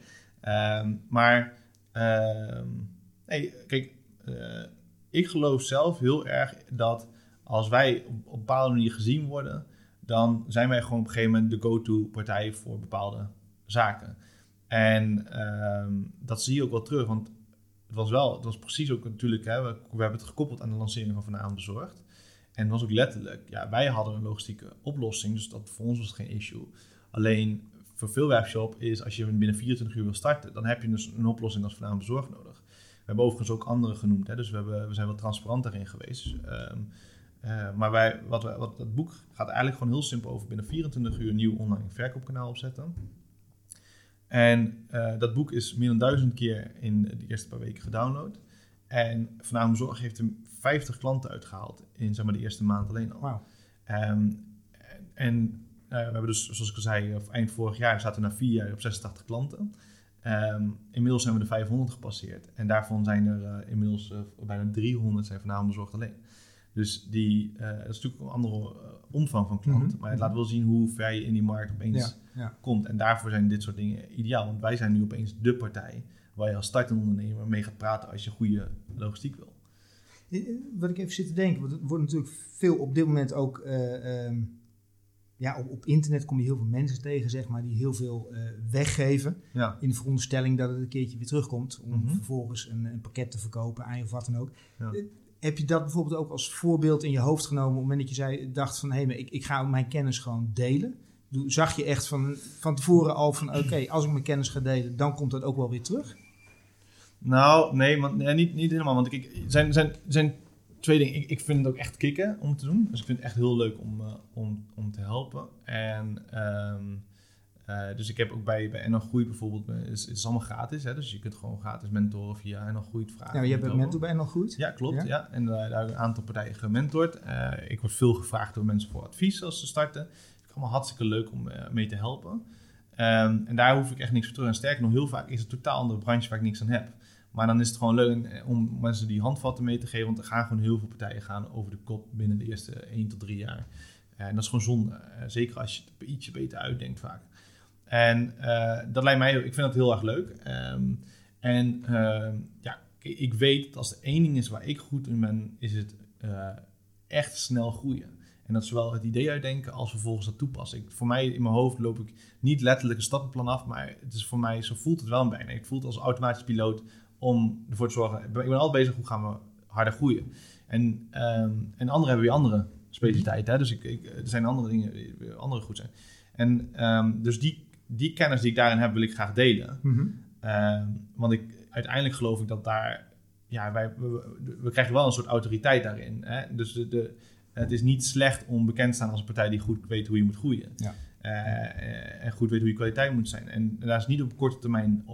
C: Kijk, ik geloof zelf heel erg dat als wij op een bepaalde manier gezien worden, dan zijn wij gewoon op een gegeven moment de go-to partij voor bepaalde zaken. En dat zie je ook wel terug, want het was precies ook natuurlijk, hè, we hebben het gekoppeld aan de lancering van Vanavond Bezorgd. En het was ook letterlijk, ja, wij hadden een logistieke oplossing, dus dat voor ons was het geen issue. Alleen voor veel webshop is, als je binnen 24 uur wil starten, dan heb je dus een oplossing als Vanavond Bezorgd nodig. We hebben overigens ook andere genoemd, hè, dus we zijn wel transparant daarin geweest. Maar dat boek gaat eigenlijk gewoon heel simpel over binnen 24 uur een nieuw online verkoopkanaal opzetten. En dat boek is meer dan 1000 keer in de eerste paar weken gedownload. En Vanavond Bezorgd heeft er 50 klanten uitgehaald in zeg maar, de eerste maand alleen al.
B: Wow.
C: We hebben dus, zoals ik al zei, eind vorig jaar zaten we na 4 jaar op 86 klanten. Inmiddels zijn we de 500 gepasseerd. En daarvan zijn er inmiddels bijna 300 zijn Vanavond Bezorgd alleen. Dus dat is natuurlijk een andere omvang van klanten. Maar het laat wel zien hoe ver je in die markt opeens komt. En daarvoor zijn dit soort dingen ideaal. Want wij zijn nu opeens de partij waar je als startende ondernemer mee gaat praten als je goede logistiek wil.
B: Wat ik even zit te denken, want er wordt natuurlijk veel op dit moment ook... op internet kom je heel veel mensen tegen, zeg maar, die heel veel weggeven. Ja. In de veronderstelling dat het een keertje weer terugkomt. Om vervolgens een pakket te verkopen aan je of wat dan ook. Ja. Heb je dat bijvoorbeeld ook als voorbeeld in je hoofd genomen op het moment dat je dacht van, hé, maar ik ga mijn kennis gewoon delen? Zag je echt van tevoren al van, oké, als ik mijn kennis ga delen, dan komt dat ook wel weer terug?
C: Nou, nee, niet helemaal. Want zijn 2 dingen. Ik vind het ook echt kicken om te doen. Dus ik vind het echt heel leuk om te helpen. En dus ik heb ook bij NL Groeit bijvoorbeeld, het is allemaal gratis, hè, dus je kunt gewoon gratis mentoren via NL Groeit vragen.
B: Ja, je hebt een mentor bij NL Groeit?
C: Ja, klopt. Ja. En daar heb ik een aantal partijen gementord. Ik word veel gevraagd door mensen voor advies als ze starten. Het is allemaal hartstikke leuk om mee te helpen. En daar hoef ik echt niks voor terug. En sterker nog, heel vaak is het een totaal andere branche waar ik niks aan heb. Maar dan is het gewoon leuk om mensen die handvatten mee te geven, want er gaan gewoon heel veel partijen gaan over de kop binnen de eerste 1 tot 3 jaar. En dat is gewoon zonde. Zeker als je het ietsje beter uitdenkt vaak. En dat lijkt mij, ik vind dat heel erg leuk. Ik weet dat als er 1 ding is waar ik goed in ben, is het echt snel groeien. En dat is zowel het idee uitdenken als vervolgens dat toepassen. Voor mij in mijn hoofd loop ik niet letterlijk een stappenplan af, maar het is voor mij, zo voelt het wel bijna. Ik voel het als automatisch piloot om ervoor te zorgen. Ik ben altijd bezig, hoe gaan we harder groeien? En anderen hebben weer andere specialiteiten. Hè? Dus er zijn andere dingen die andere goed zijn. En dus die kennis die ik daarin heb, wil ik graag delen. Want uiteindelijk geloof ik dat daar... Ja, we krijgen wel een soort autoriteit daarin. Hè? Dus het is niet slecht om bekend te staan als een partij die goed weet hoe je moet groeien. Ja. En goed weet hoe je kwaliteit moet zijn. En daar is niet op korte termijn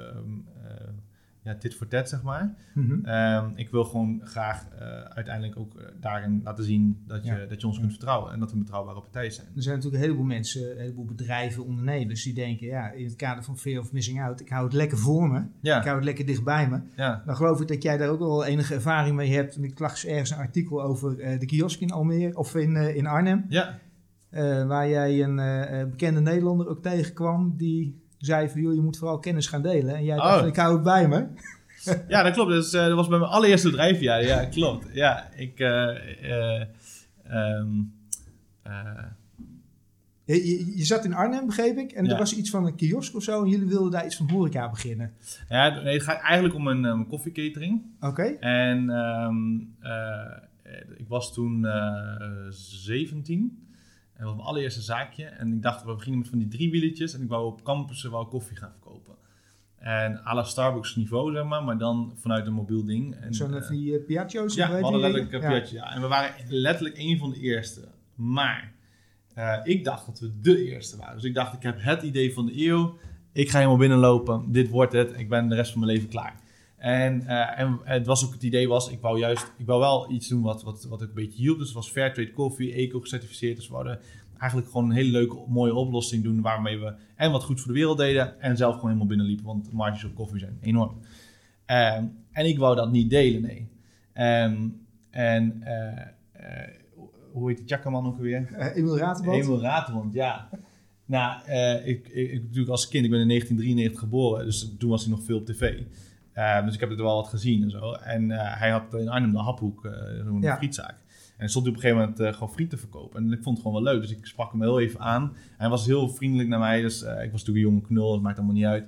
C: tit voor tat, zeg maar. Ik wil gewoon graag uiteindelijk ook daarin laten zien dat je ons kunt vertrouwen. En dat we een betrouwbare partij zijn. Er
B: zijn natuurlijk een heleboel mensen, een heleboel bedrijven, ondernemers die denken, ja, in het kader van fear of missing out, ik hou het lekker voor me. Ja. Ik hou het lekker dichtbij me. Ja. Dan geloof ik dat jij daar ook wel enige ervaring mee hebt. En ik las ergens een artikel over de kiosk in Almere of in Arnhem. Ja. Waar jij een bekende Nederlander ook tegenkwam die zei van, joh, je moet vooral kennis gaan delen. En jij dacht van, ik hou het bij me.
C: Ja, dat klopt. Dat was bij mijn allereerste bedrijfjaar. Ja, klopt. Ja,
B: Je zat in Arnhem, begreep ik. En er was iets van een kiosk of zo. En jullie wilden daar iets van horeca beginnen.
C: Ja, nee, het gaat eigenlijk om een koffiecatering.
B: Oké.
C: En ik was toen 17. En dat was mijn allereerste zaakje. En ik dacht, we gingen met van die 3 wieletjes. En ik wou op campussen koffie gaan verkopen. En à la Starbucks niveau, zeg maar dan vanuit een mobiel ding.
B: Zo'n van die Piaggio's?
C: Ja, we hadden letterlijk Piaggio. Ja. En we waren letterlijk een van de eerste. Maar ik dacht dat we de eerste waren. Dus ik dacht, ik heb het idee van de eeuw. Ik ga helemaal binnenlopen. Dit wordt het. Ik ben de rest van mijn leven klaar. En het was ook het idee ik wou wel iets doen wat ik een beetje hielp. Dus het was Fairtrade koffie, eco gecertificeerd. Dus we hadden eigenlijk gewoon een hele leuke, mooie oplossing doen waarmee we en wat goed voor de wereld deden en zelf gewoon helemaal binnenliepen, want de marges op koffie zijn enorm. En ik wou dat niet delen, nee. Hoe heet die Tjakkerman ook alweer?
B: Emil Raterband.
C: Emil Raterband, ja. Nou, ik natuurlijk als kind, ik ben in 1993 geboren, dus toen was hij nog veel op tv. Dus ik heb er wel wat gezien en zo. En hij had in Arnhem de Haphoek, zo'n frietzaak. En stond hij op een gegeven moment gewoon friet te verkopen. En ik vond het gewoon wel leuk. Dus ik sprak hem heel even aan. En hij was heel vriendelijk naar mij. Dus ik was natuurlijk een jonge knul, dat maakt allemaal niet uit.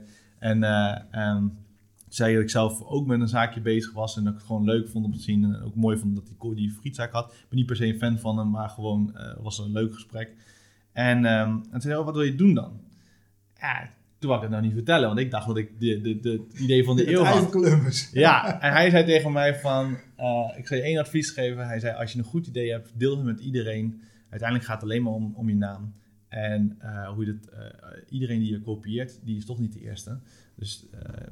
C: En zei dat ik zelf ook met een zaakje bezig was. En dat ik het gewoon leuk vond om te zien. En ook mooi vond dat hij die frietzaak had. Ik ben niet per se een fan van hem, maar gewoon was een leuk gesprek. En zei hij, wat wil je doen dan? Ja, toen wou ik het nou niet vertellen, want ik dacht dat ik de idee van de eeuw had.
B: Columbus.
C: Ja, en hij zei tegen mij van, ik zal je 1 advies geven. Hij zei, als je een goed idee hebt, deel het met iedereen. Uiteindelijk gaat het alleen maar om je naam. En iedereen die je kopieert, die is toch niet de eerste. Dus,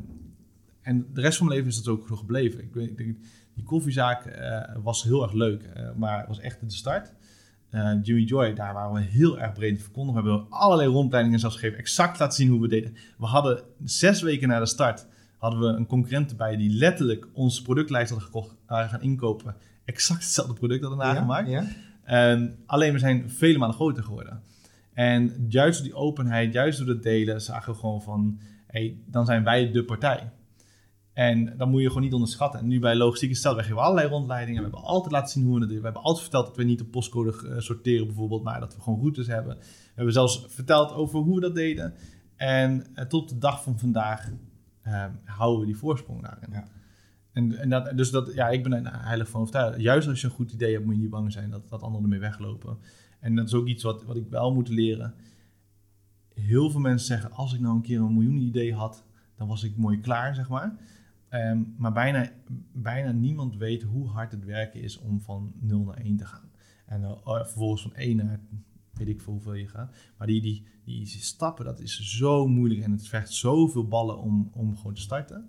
C: en de rest van mijn leven is dat ook zo gebleven. Ik denk, die koffiezaak was heel erg leuk, maar het was echt de start. Jimmy Joy, daar waren we heel erg breed verkondigd. We hebben allerlei rondleidingen zelfs gegeven, exact laten zien hoe we deden. We hadden 6 weken na de start, hadden we een concurrent erbij die letterlijk onze productlijst had gekocht, gaan inkopen. Exact hetzelfde product hadden nagemaakt. Ja. Alleen we zijn vele malen groter geworden. En juist door die openheid, juist door het delen, zagen we gewoon van, dan zijn wij de partij. En dan moet je gewoon niet onderschatten. En nu bij logistiek is het, we geven allerlei rondleidingen. We hebben altijd laten zien hoe we het doen. We hebben altijd verteld dat we niet op postcode sorteren bijvoorbeeld, maar dat we gewoon routes hebben. We hebben zelfs verteld over hoe we dat deden. En tot de dag van vandaag houden we die voorsprong daarin. Ja. En ik ben er heilig van overtuigd. Juist als je een goed idee hebt, moet je niet bang zijn dat anderen ermee weglopen. En dat is ook iets wat ik wel moet leren. Heel veel mensen zeggen, als ik nou een keer een miljoen idee had, dan was ik mooi klaar, zeg maar. Maar bijna niemand weet hoe hard het werken is om van 0 naar 1 te gaan. En vervolgens van 1 naar weet ik veel hoeveel je gaat. Maar die stappen, dat is zo moeilijk en het vergt zoveel ballen om gewoon te starten.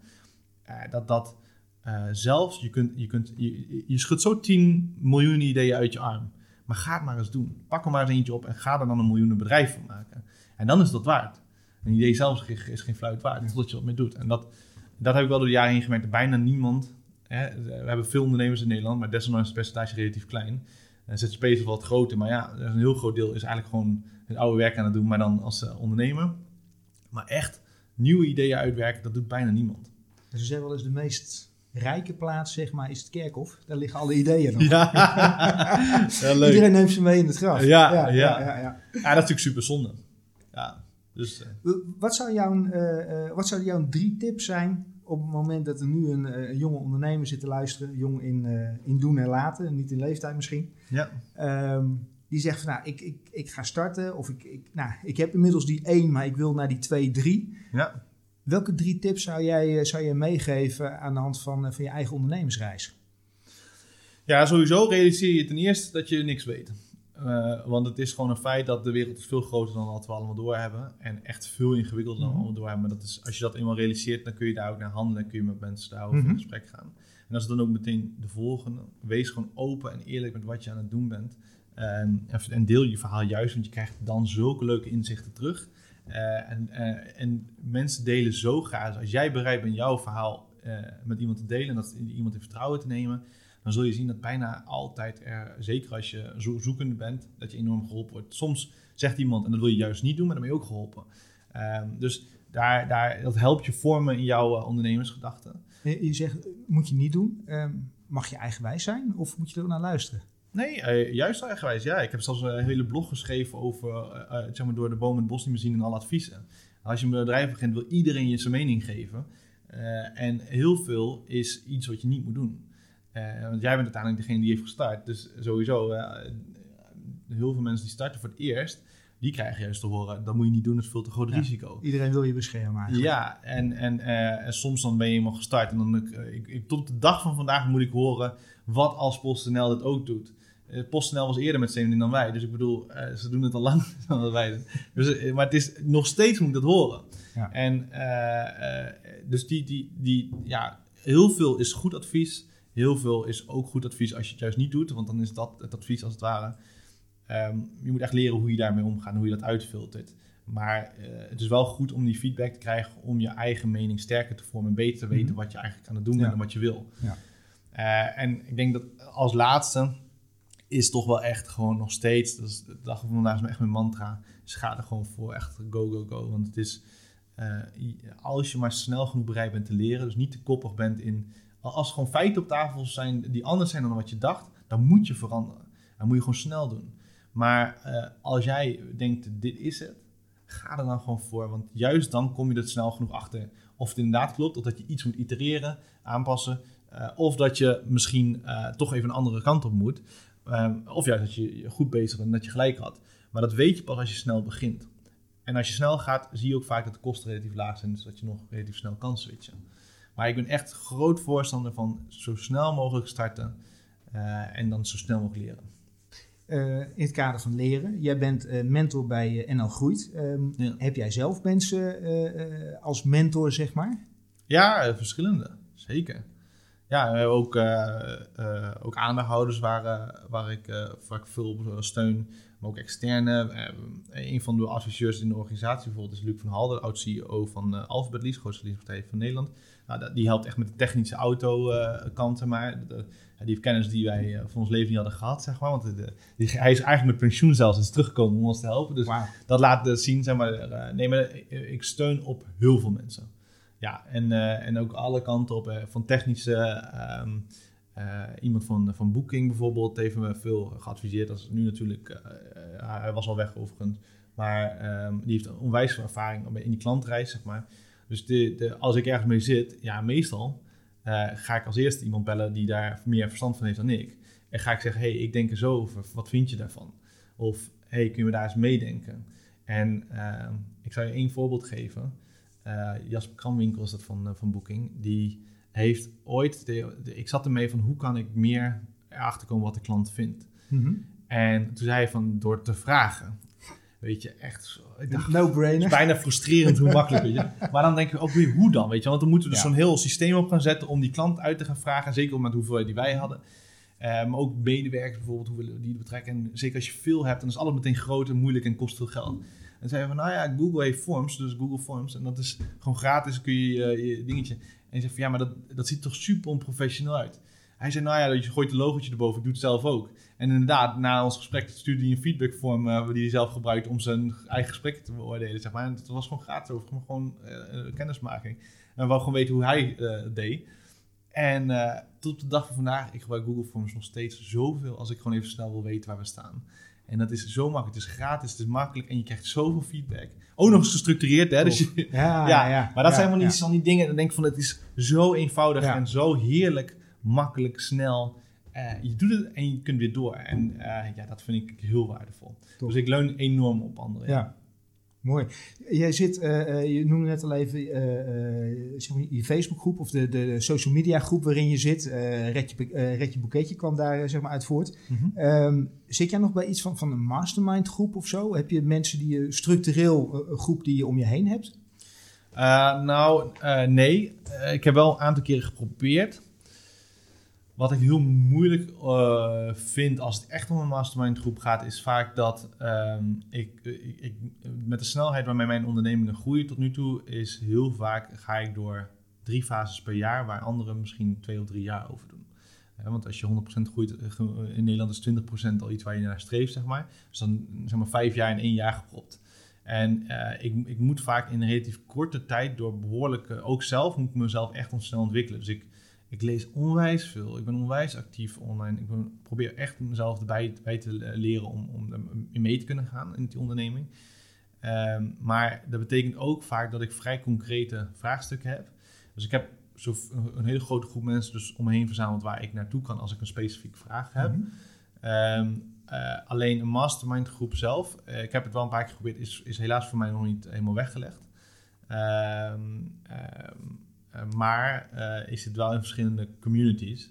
C: Zelfs, je schudt zo 10 miljoen ideeën uit je arm. Maar ga het maar eens doen. Pak er maar eens eentje op en ga er dan een miljoenen bedrijf van maken. En dan is dat waard. Een idee zelf is geen fluit waard, totdat je wat mee doet. En dat heb ik wel door de jaren heen gemerkt. Bijna niemand, we hebben veel ondernemers in Nederland, maar desondanks is het percentage relatief klein. ZZP is wel wat groter, maar ja, een heel groot deel is eigenlijk gewoon het oude werk aan het doen, maar dan als ondernemer. Maar echt nieuwe ideeën uitwerken, dat doet bijna niemand.
B: Dus ze zeggen wel eens de meest rijke plaats, zeg maar, is het kerkhof. Daar liggen alle ideeën nog.
C: Ja, leuk.
B: Iedereen neemt ze mee in het graf.
C: Ja, dat is natuurlijk super zonde. Ja. Dus,
B: Wat zou jouw 3 tips zijn op het moment dat er nu een jonge ondernemer zit te luisteren, jong in doen en laten, niet in leeftijd misschien, die zegt van ik ga starten of ik heb inmiddels die 1, maar ik wil naar die 2, 3.
C: Ja.
B: Welke 3 tips zou je meegeven aan de hand van je eigen ondernemersreis? Ja,
C: sowieso realiseer je ten eerste dat je niks weet. Want het is gewoon een feit dat de wereld is veel groter dan wat we allemaal doorhebben. En echt veel ingewikkelder dan we allemaal doorhebben. Maar als je dat eenmaal realiseert, dan kun je daar ook naar handelen. En kun je met mensen daarover in gesprek gaan. En dat is dan ook meteen de volgende. Wees gewoon open en eerlijk met wat je aan het doen bent. En deel je verhaal juist, want je krijgt dan zulke leuke inzichten terug. En mensen delen zo graag. Als jij bereid bent jouw verhaal met iemand te delen en dat iemand in vertrouwen te nemen, dan zul je zien dat bijna altijd, zeker als je zoekende bent, dat je enorm geholpen wordt. Soms zegt iemand, en dat wil je juist niet doen, maar dan ben je ook geholpen. Dus dat helpt je vormen in jouw ondernemersgedachten.
B: Je zegt, moet je niet doen. Mag je eigenwijs zijn of moet je er naar luisteren?
C: Nee, juist eigenwijs. Ja, ik heb zelfs een hele blog geschreven over zeg maar door de boom het bos niet meer zien en alle adviezen. Als je een bedrijf begint, wil iedereen je zijn mening geven. En heel veel is iets wat je niet moet doen. Want jij bent uiteindelijk degene die heeft gestart. Dus sowieso, heel veel mensen die starten voor het eerst, die krijgen juist te horen, dat moet je niet doen, dat is veel te groot risico.
B: Iedereen wil je beschermen eigenlijk.
C: Ja, en soms dan ben je helemaal gestart. En dan, tot op de dag van vandaag moet ik horen, wat als PostNL dit ook doet. PostNL was eerder met 17 dan wij. Dus ik bedoel, ze doen het al lang dan wij doen. Dus, maar het is nog steeds moet ik dat horen.
B: Ja.
C: En dus heel veel is goed advies. Heel veel is ook goed advies als je het juist niet doet. Want dan is dat het advies als het ware. Je moet echt leren hoe je daarmee omgaat en hoe je dat uitfiltert. Maar het is wel goed om die feedback te krijgen om je eigen mening sterker te vormen en beter te weten wat je eigenlijk aan het doen bent en wat je wil. Ja. En ik denk dat als laatste is toch wel echt gewoon nog steeds, dat is de dag van vandaag is echt mijn mantra, dus ga er gewoon voor, echt go, go, go. Want het is, als je maar snel genoeg bereid bent te leren, dus niet te koppig bent in, als er gewoon feiten op tafel zijn die anders zijn dan wat je dacht, dan moet je veranderen. Dan moet je gewoon snel doen. Maar als jij denkt, dit is het, ga er dan gewoon voor. Want juist dan kom je er snel genoeg achter of het inderdaad klopt, of dat je iets moet itereren, aanpassen. Of dat je misschien toch even een andere kant op moet. Of juist dat je goed bezig bent en dat je gelijk had. Maar dat weet je pas als je snel begint. En als je snel gaat, zie je ook vaak dat de kosten relatief laag zijn. Dus dat je nog relatief snel kan switchen. Maar ik ben echt groot voorstander van zo snel mogelijk starten. En dan zo snel mogelijk leren.
B: In het kader van leren. Jij bent mentor bij NL Groeit. Heb jij zelf mensen als mentor, zeg maar?
C: Ja, verschillende. Zeker. Ja, ook aandeelhouders waar ik veel op steun, maar ook externe. Een van de adviseurs in de organisatie bijvoorbeeld is Luc van Halder, oud-CEO van Alphabet Lease, grootste leasepartij van Nederland. Nou, die helpt echt met de technische autokant, zeg maar. Die heeft kennis die wij van ons leven niet hadden gehad, zeg maar. Want hij is eigenlijk met pensioen zelfs eens teruggekomen om ons te helpen. Dus dat laat zien, zeg maar. Ik steun op heel veel mensen. Ja, en ook alle kanten op, van technische, iemand van Booking bijvoorbeeld heeft me veel geadviseerd. Dat is nu natuurlijk, hij was al weg overigens, maar die heeft een onwijs veel ervaring in die klantreis, zeg maar. Dus als ik ergens mee zit, ja, meestal ga ik als eerste iemand bellen die daar meer verstand van heeft dan ik. En ga ik zeggen, hey, ik denk er zo over, wat vind je daarvan? Of, hey, kun je me daar eens meedenken? En ik zal je 1 voorbeeld geven. Jasper Kramwinkel is dat van Booking. Die heeft ooit, ik zat ermee van hoe kan ik meer erachter komen wat de klant vindt. Mm-hmm. En toen zei hij van door te vragen. Weet je, echt zo.
B: No-brainer.
C: Het is bijna frustrerend hoe makkelijk, weet je. Maar dan denk ik ook weer, hoe dan, weet je. Want dan moeten we dus zo'n heel systeem op gaan zetten om die klant uit te gaan vragen. Zeker met hoeveelheid die wij hadden. Maar ook medewerkers bijvoorbeeld, hoe willen die betrekken. En zeker als je veel hebt, dan is alles meteen groot en moeilijk en kost veel geld. En zeiden van, nou ja, Google heeft Forms, dus Google Forms. En dat is gewoon gratis, kun je je dingetje. En je zegt van, ja, maar dat ziet toch super onprofessioneel uit. Hij zei, nou ja, je gooit een logootje erboven, ik doe het zelf ook. En inderdaad, na ons gesprek stuurde hij een feedbackvorm die hij zelf gebruikt om zijn eigen gesprek te beoordelen, zeg maar. En het was gewoon gratis over, gewoon kennismaking. En we wou gewoon weten hoe hij deed. En tot op de dag van vandaag, ik gebruik Google Forms nog steeds zoveel als ik gewoon even snel wil weten waar we staan. En dat is zo makkelijk. Het is gratis, het is makkelijk en je krijgt zoveel feedback. Ook nog eens gestructureerd, hè? Dus maar dat zijn wel van die dingen. Dan denk ik van, het is zo eenvoudig en zo heerlijk, makkelijk, snel. Je doet het en je kunt weer door. En dat vind ik heel waardevol. Top. Dus ik leun enorm op anderen.
B: Ja. Mooi. Jij zit, je noemde net al even zeg maar je Facebookgroep of de social media groep waarin je zit. Red je Boeketje kwam daar zeg maar uit voort. Mm-hmm. Zit jij nog bij iets van een mastermind groep of zo? Heb je mensen die je structureel een groep die je om je heen hebt?
C: Nee. Ik heb wel een aantal keren geprobeerd. Wat ik heel moeilijk vind als het echt om een mastermind groep gaat, is vaak dat ik met de snelheid waarmee mijn ondernemingen groeien tot nu toe, is heel vaak ga ik door 3 fases per jaar, waar anderen misschien 2 of 3 jaar over doen. Want als je 100% groeit, in Nederland is 20% al iets waar je naar streeft, zeg maar. Dus dan zeg maar 5 jaar in 1 jaar gepropt. En ik moet vaak in een relatief korte tijd door behoorlijke... Ook zelf moet ik mezelf echt snel ontwikkelen. Dus ik lees onwijs veel. Ik ben onwijs actief online. Ik probeer echt mezelf erbij te leren om in mee te kunnen gaan in die onderneming. Maar dat betekent ook vaak dat ik vrij concrete vraagstukken heb. Dus ik heb een hele grote groep mensen dus om me heen verzameld waar ik naartoe kan als ik een specifieke vraag heb. Mm-hmm. Alleen een mastermind groep zelf, ik heb het wel een paar keer geprobeerd, is helaas voor mij nog niet helemaal weggelegd. Maar ik zit wel in verschillende communities.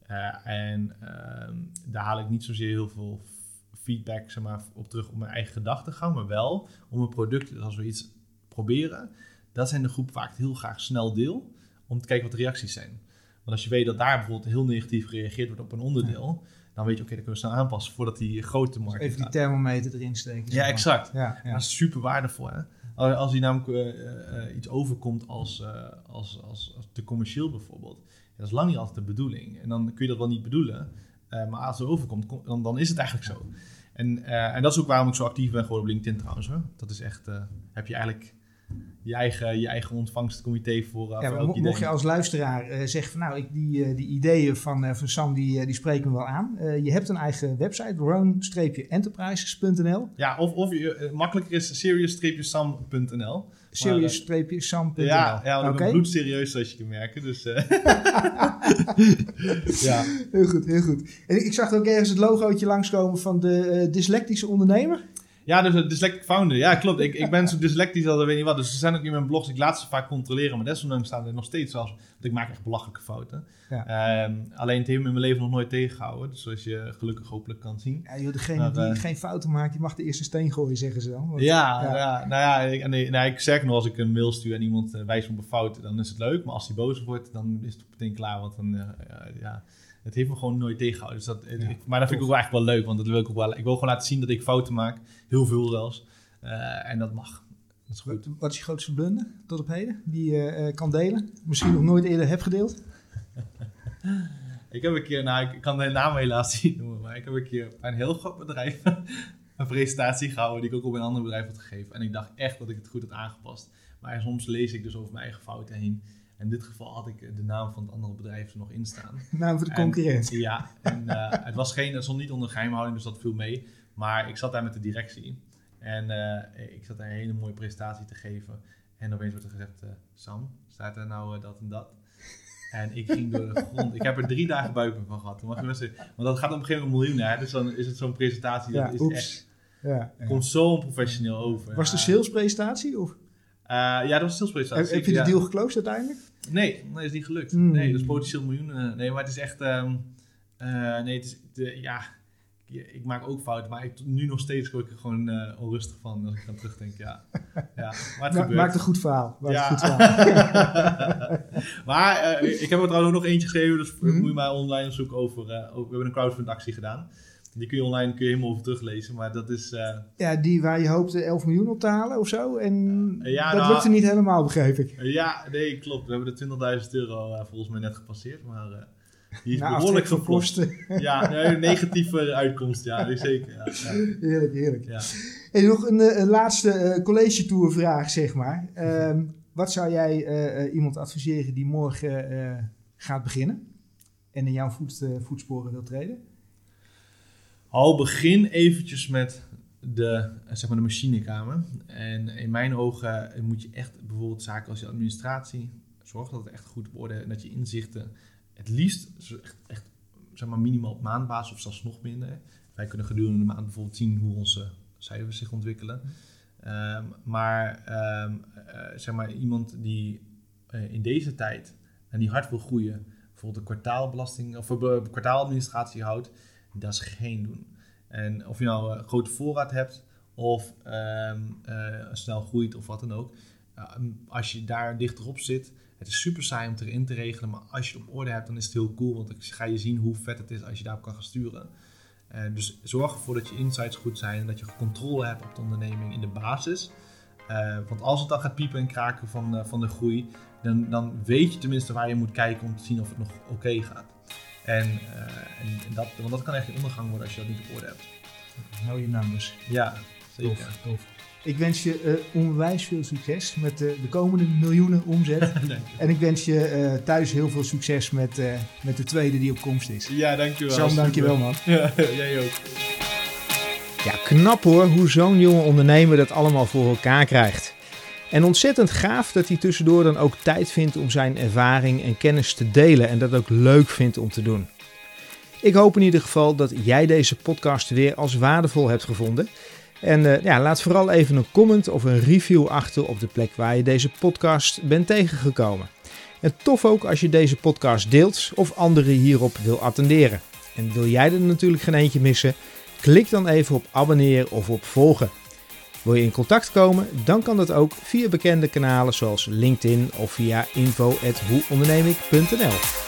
C: Daar haal ik niet zozeer heel veel feedback zeg maar, op terug op mijn eigen gedachtegang, maar wel om een product, dus als we iets proberen, dat zijn de groepen waar ik heel graag snel deel, om te kijken wat de reacties zijn. Want als je weet dat daar bijvoorbeeld heel negatief gereageerd wordt op een onderdeel, dan weet je, oké, dan kunnen we snel aanpassen voordat die grote markt
B: even die thermometer erin steken.
C: Ja, exact.
B: Ja.
C: Dat is super waardevol. Hè? Als die namelijk iets overkomt als te commercieel bijvoorbeeld, dat is lang niet altijd de bedoeling. En dan kun je dat wel niet bedoelen, maar als het overkomt, dan is het eigenlijk zo. En dat is ook waarom ik zo actief ben geworden op LinkedIn trouwens. Hoor. Dat is echt, heb je eigenlijk je eigen ontvangstcomité voor elk idee.
B: Mocht je als luisteraar zeggen van nou, die ideeën van Sam die spreken me wel aan. Je hebt een eigen website, roan-enterprises.nl.
C: Ja, of makkelijker is serious-sam.nl.
B: Serious-sam.nl.
C: Ja, want ik ben bloedserieus zoals je kan merken. Dus, ja.
B: Heel goed. En ik zag ook ergens het logootje langskomen van de dyslectische ondernemer.
C: Ja, dus een dyslectic founder. Ja, klopt. Ik ben zo dyslectisch als weet niet wat. Dus ze zijn ook in mijn blogs. Ik laat ze vaak controleren. Maar desondanks staan er nog steeds zelfs. Want ik maak echt belachelijke fouten. Ja. Alleen het heeft me in mijn leven nog nooit tegengehouden. Dus zoals je gelukkig hopelijk kan zien.
B: Ja, joh, degene die geen fouten maakt, die mag de eerste steen gooien, zeggen ze dan. Want,
C: Ik zeg nog, als ik een mail stuur en iemand wijst me op een fout, dan is het leuk. Maar als hij boos wordt, dan is het meteen klaar. Want dan, het heeft me gewoon nooit tegengehouden. Dus maar dat vind ik ook eigenlijk wel leuk. Want dat wil ik ook wel. Ik wil gewoon laten zien dat ik fouten maak. Heel veel zelfs. En dat mag. Dat is goed.
B: Wat is je grootste blunder tot op heden? Die je kan delen? Misschien nog nooit eerder heb gedeeld?
C: Ik heb een keer, ik kan de naam helaas niet noemen. Maar ik heb een keer bij een heel groot bedrijf een presentatie gehouden die ik ook op een ander bedrijf had gegeven. En ik dacht echt dat ik het goed had aangepast. Maar soms lees ik dus over mijn eigen fouten heen. In dit geval had ik de naam van het andere bedrijf er nog in staan.
B: Naam voor de concurrent.
C: Ja, en het stond niet onder geheimhouding, dus dat viel mee. Maar ik zat daar met de directie. En ik zat daar een hele mooie presentatie te geven. En opeens wordt er gezegd, Sam, staat er nou dat en dat? En ik ging door de grond. Ik heb er 3 dagen buikpijn van gehad. Want dat gaat op een gegeven moment miljoenen. Dus dan is het zo'n presentatie.
B: Ja,
C: dat is echt, komt zo onprofessioneel over.
B: Was het een salespresentatie? Of?
C: Ja, dat was een salespresentatie.
B: Heb je de deal geclosed uiteindelijk?
C: Nee, dat is niet gelukt. Nee, dat is potentieel miljoenen. Nee, maar het is echt... ik maak ook fouten, maar nu nog steeds word ik er gewoon onrustig van als ik aan terugdenk. Ja. Maar het
B: maakt een goed verhaal.
C: Maar ik heb er trouwens ook nog eentje geschreven, dus moet je maar online zoeken over. We hebben een crowdfund actie gedaan. Die kun je online helemaal over teruglezen, maar dat is...
B: Ja, die waar je hoopte 11 miljoen op te halen of zo. En dat lukte niet helemaal, begreep ik.
C: Ja, nee, klopt. We hebben de €20.000 volgens mij net gepasseerd, maar... Die is behoorlijk geplost. Ja, een negatieve uitkomst. Ja, zeker. Ja.
B: Heerlijk. Ja. En nog een laatste college tour vraag, zeg maar. Wat zou jij iemand adviseren die morgen gaat beginnen en in jouw voetsporen wil treden?
C: Begin eventjes met de machinekamer. En in mijn ogen moet je echt bijvoorbeeld zaken als je administratie, zorg dat het echt goed op orde is en dat je inzichten het liefst echt zeg maar minimaal op maandbasis of zelfs nog minder. Wij kunnen gedurende de maand bijvoorbeeld zien hoe onze cijfers zich ontwikkelen. Zeg maar iemand die in deze tijd en die hard wil groeien, bijvoorbeeld een kwartaalbelasting of een kwartaaladministratie houdt, dat is geen doen. En of je nou een grote voorraad hebt of snel groeit of wat dan ook. Als je daar dichterop zit, het is super saai om het erin te regelen, maar als je het op orde hebt, dan is het heel cool, want dan ga je zien hoe vet het is als je daarop kan gaan sturen. Dus zorg ervoor dat je insights goed zijn en dat je controle hebt op de onderneming in de basis. Want als het dan gaat piepen en kraken van de groei, dan weet je tenminste waar je moet kijken om te zien of het nog oké gaat. Want dat kan echt een ondergang worden als je dat niet op orde hebt.
B: Hou je numbers.
C: Ja, zeker.
B: Tof. Ik wens je onwijs veel succes met de komende miljoenen omzet. En ik wens je thuis heel veel succes met de tweede die op komst is.
C: Ja, dankjewel.
B: Sam, dankjewel man.
C: Ja, jij ook.
B: Ja, knap hoor hoe zo'n jonge ondernemer dat allemaal voor elkaar krijgt. En ontzettend gaaf dat hij tussendoor dan ook tijd vindt om zijn ervaring en kennis te delen en dat ook leuk vindt om te doen. Ik hoop in ieder geval dat jij deze podcast weer als waardevol hebt gevonden. En laat vooral even een comment of een review achter op de plek waar je deze podcast bent tegengekomen. En tof ook als je deze podcast deelt of anderen hierop wil attenderen. En wil jij er natuurlijk geen eentje missen? Klik dan even op abonneren of op volgen. Wil je in contact komen? Dan kan dat ook via bekende kanalen zoals LinkedIn of via info@hoeondernemik.nl.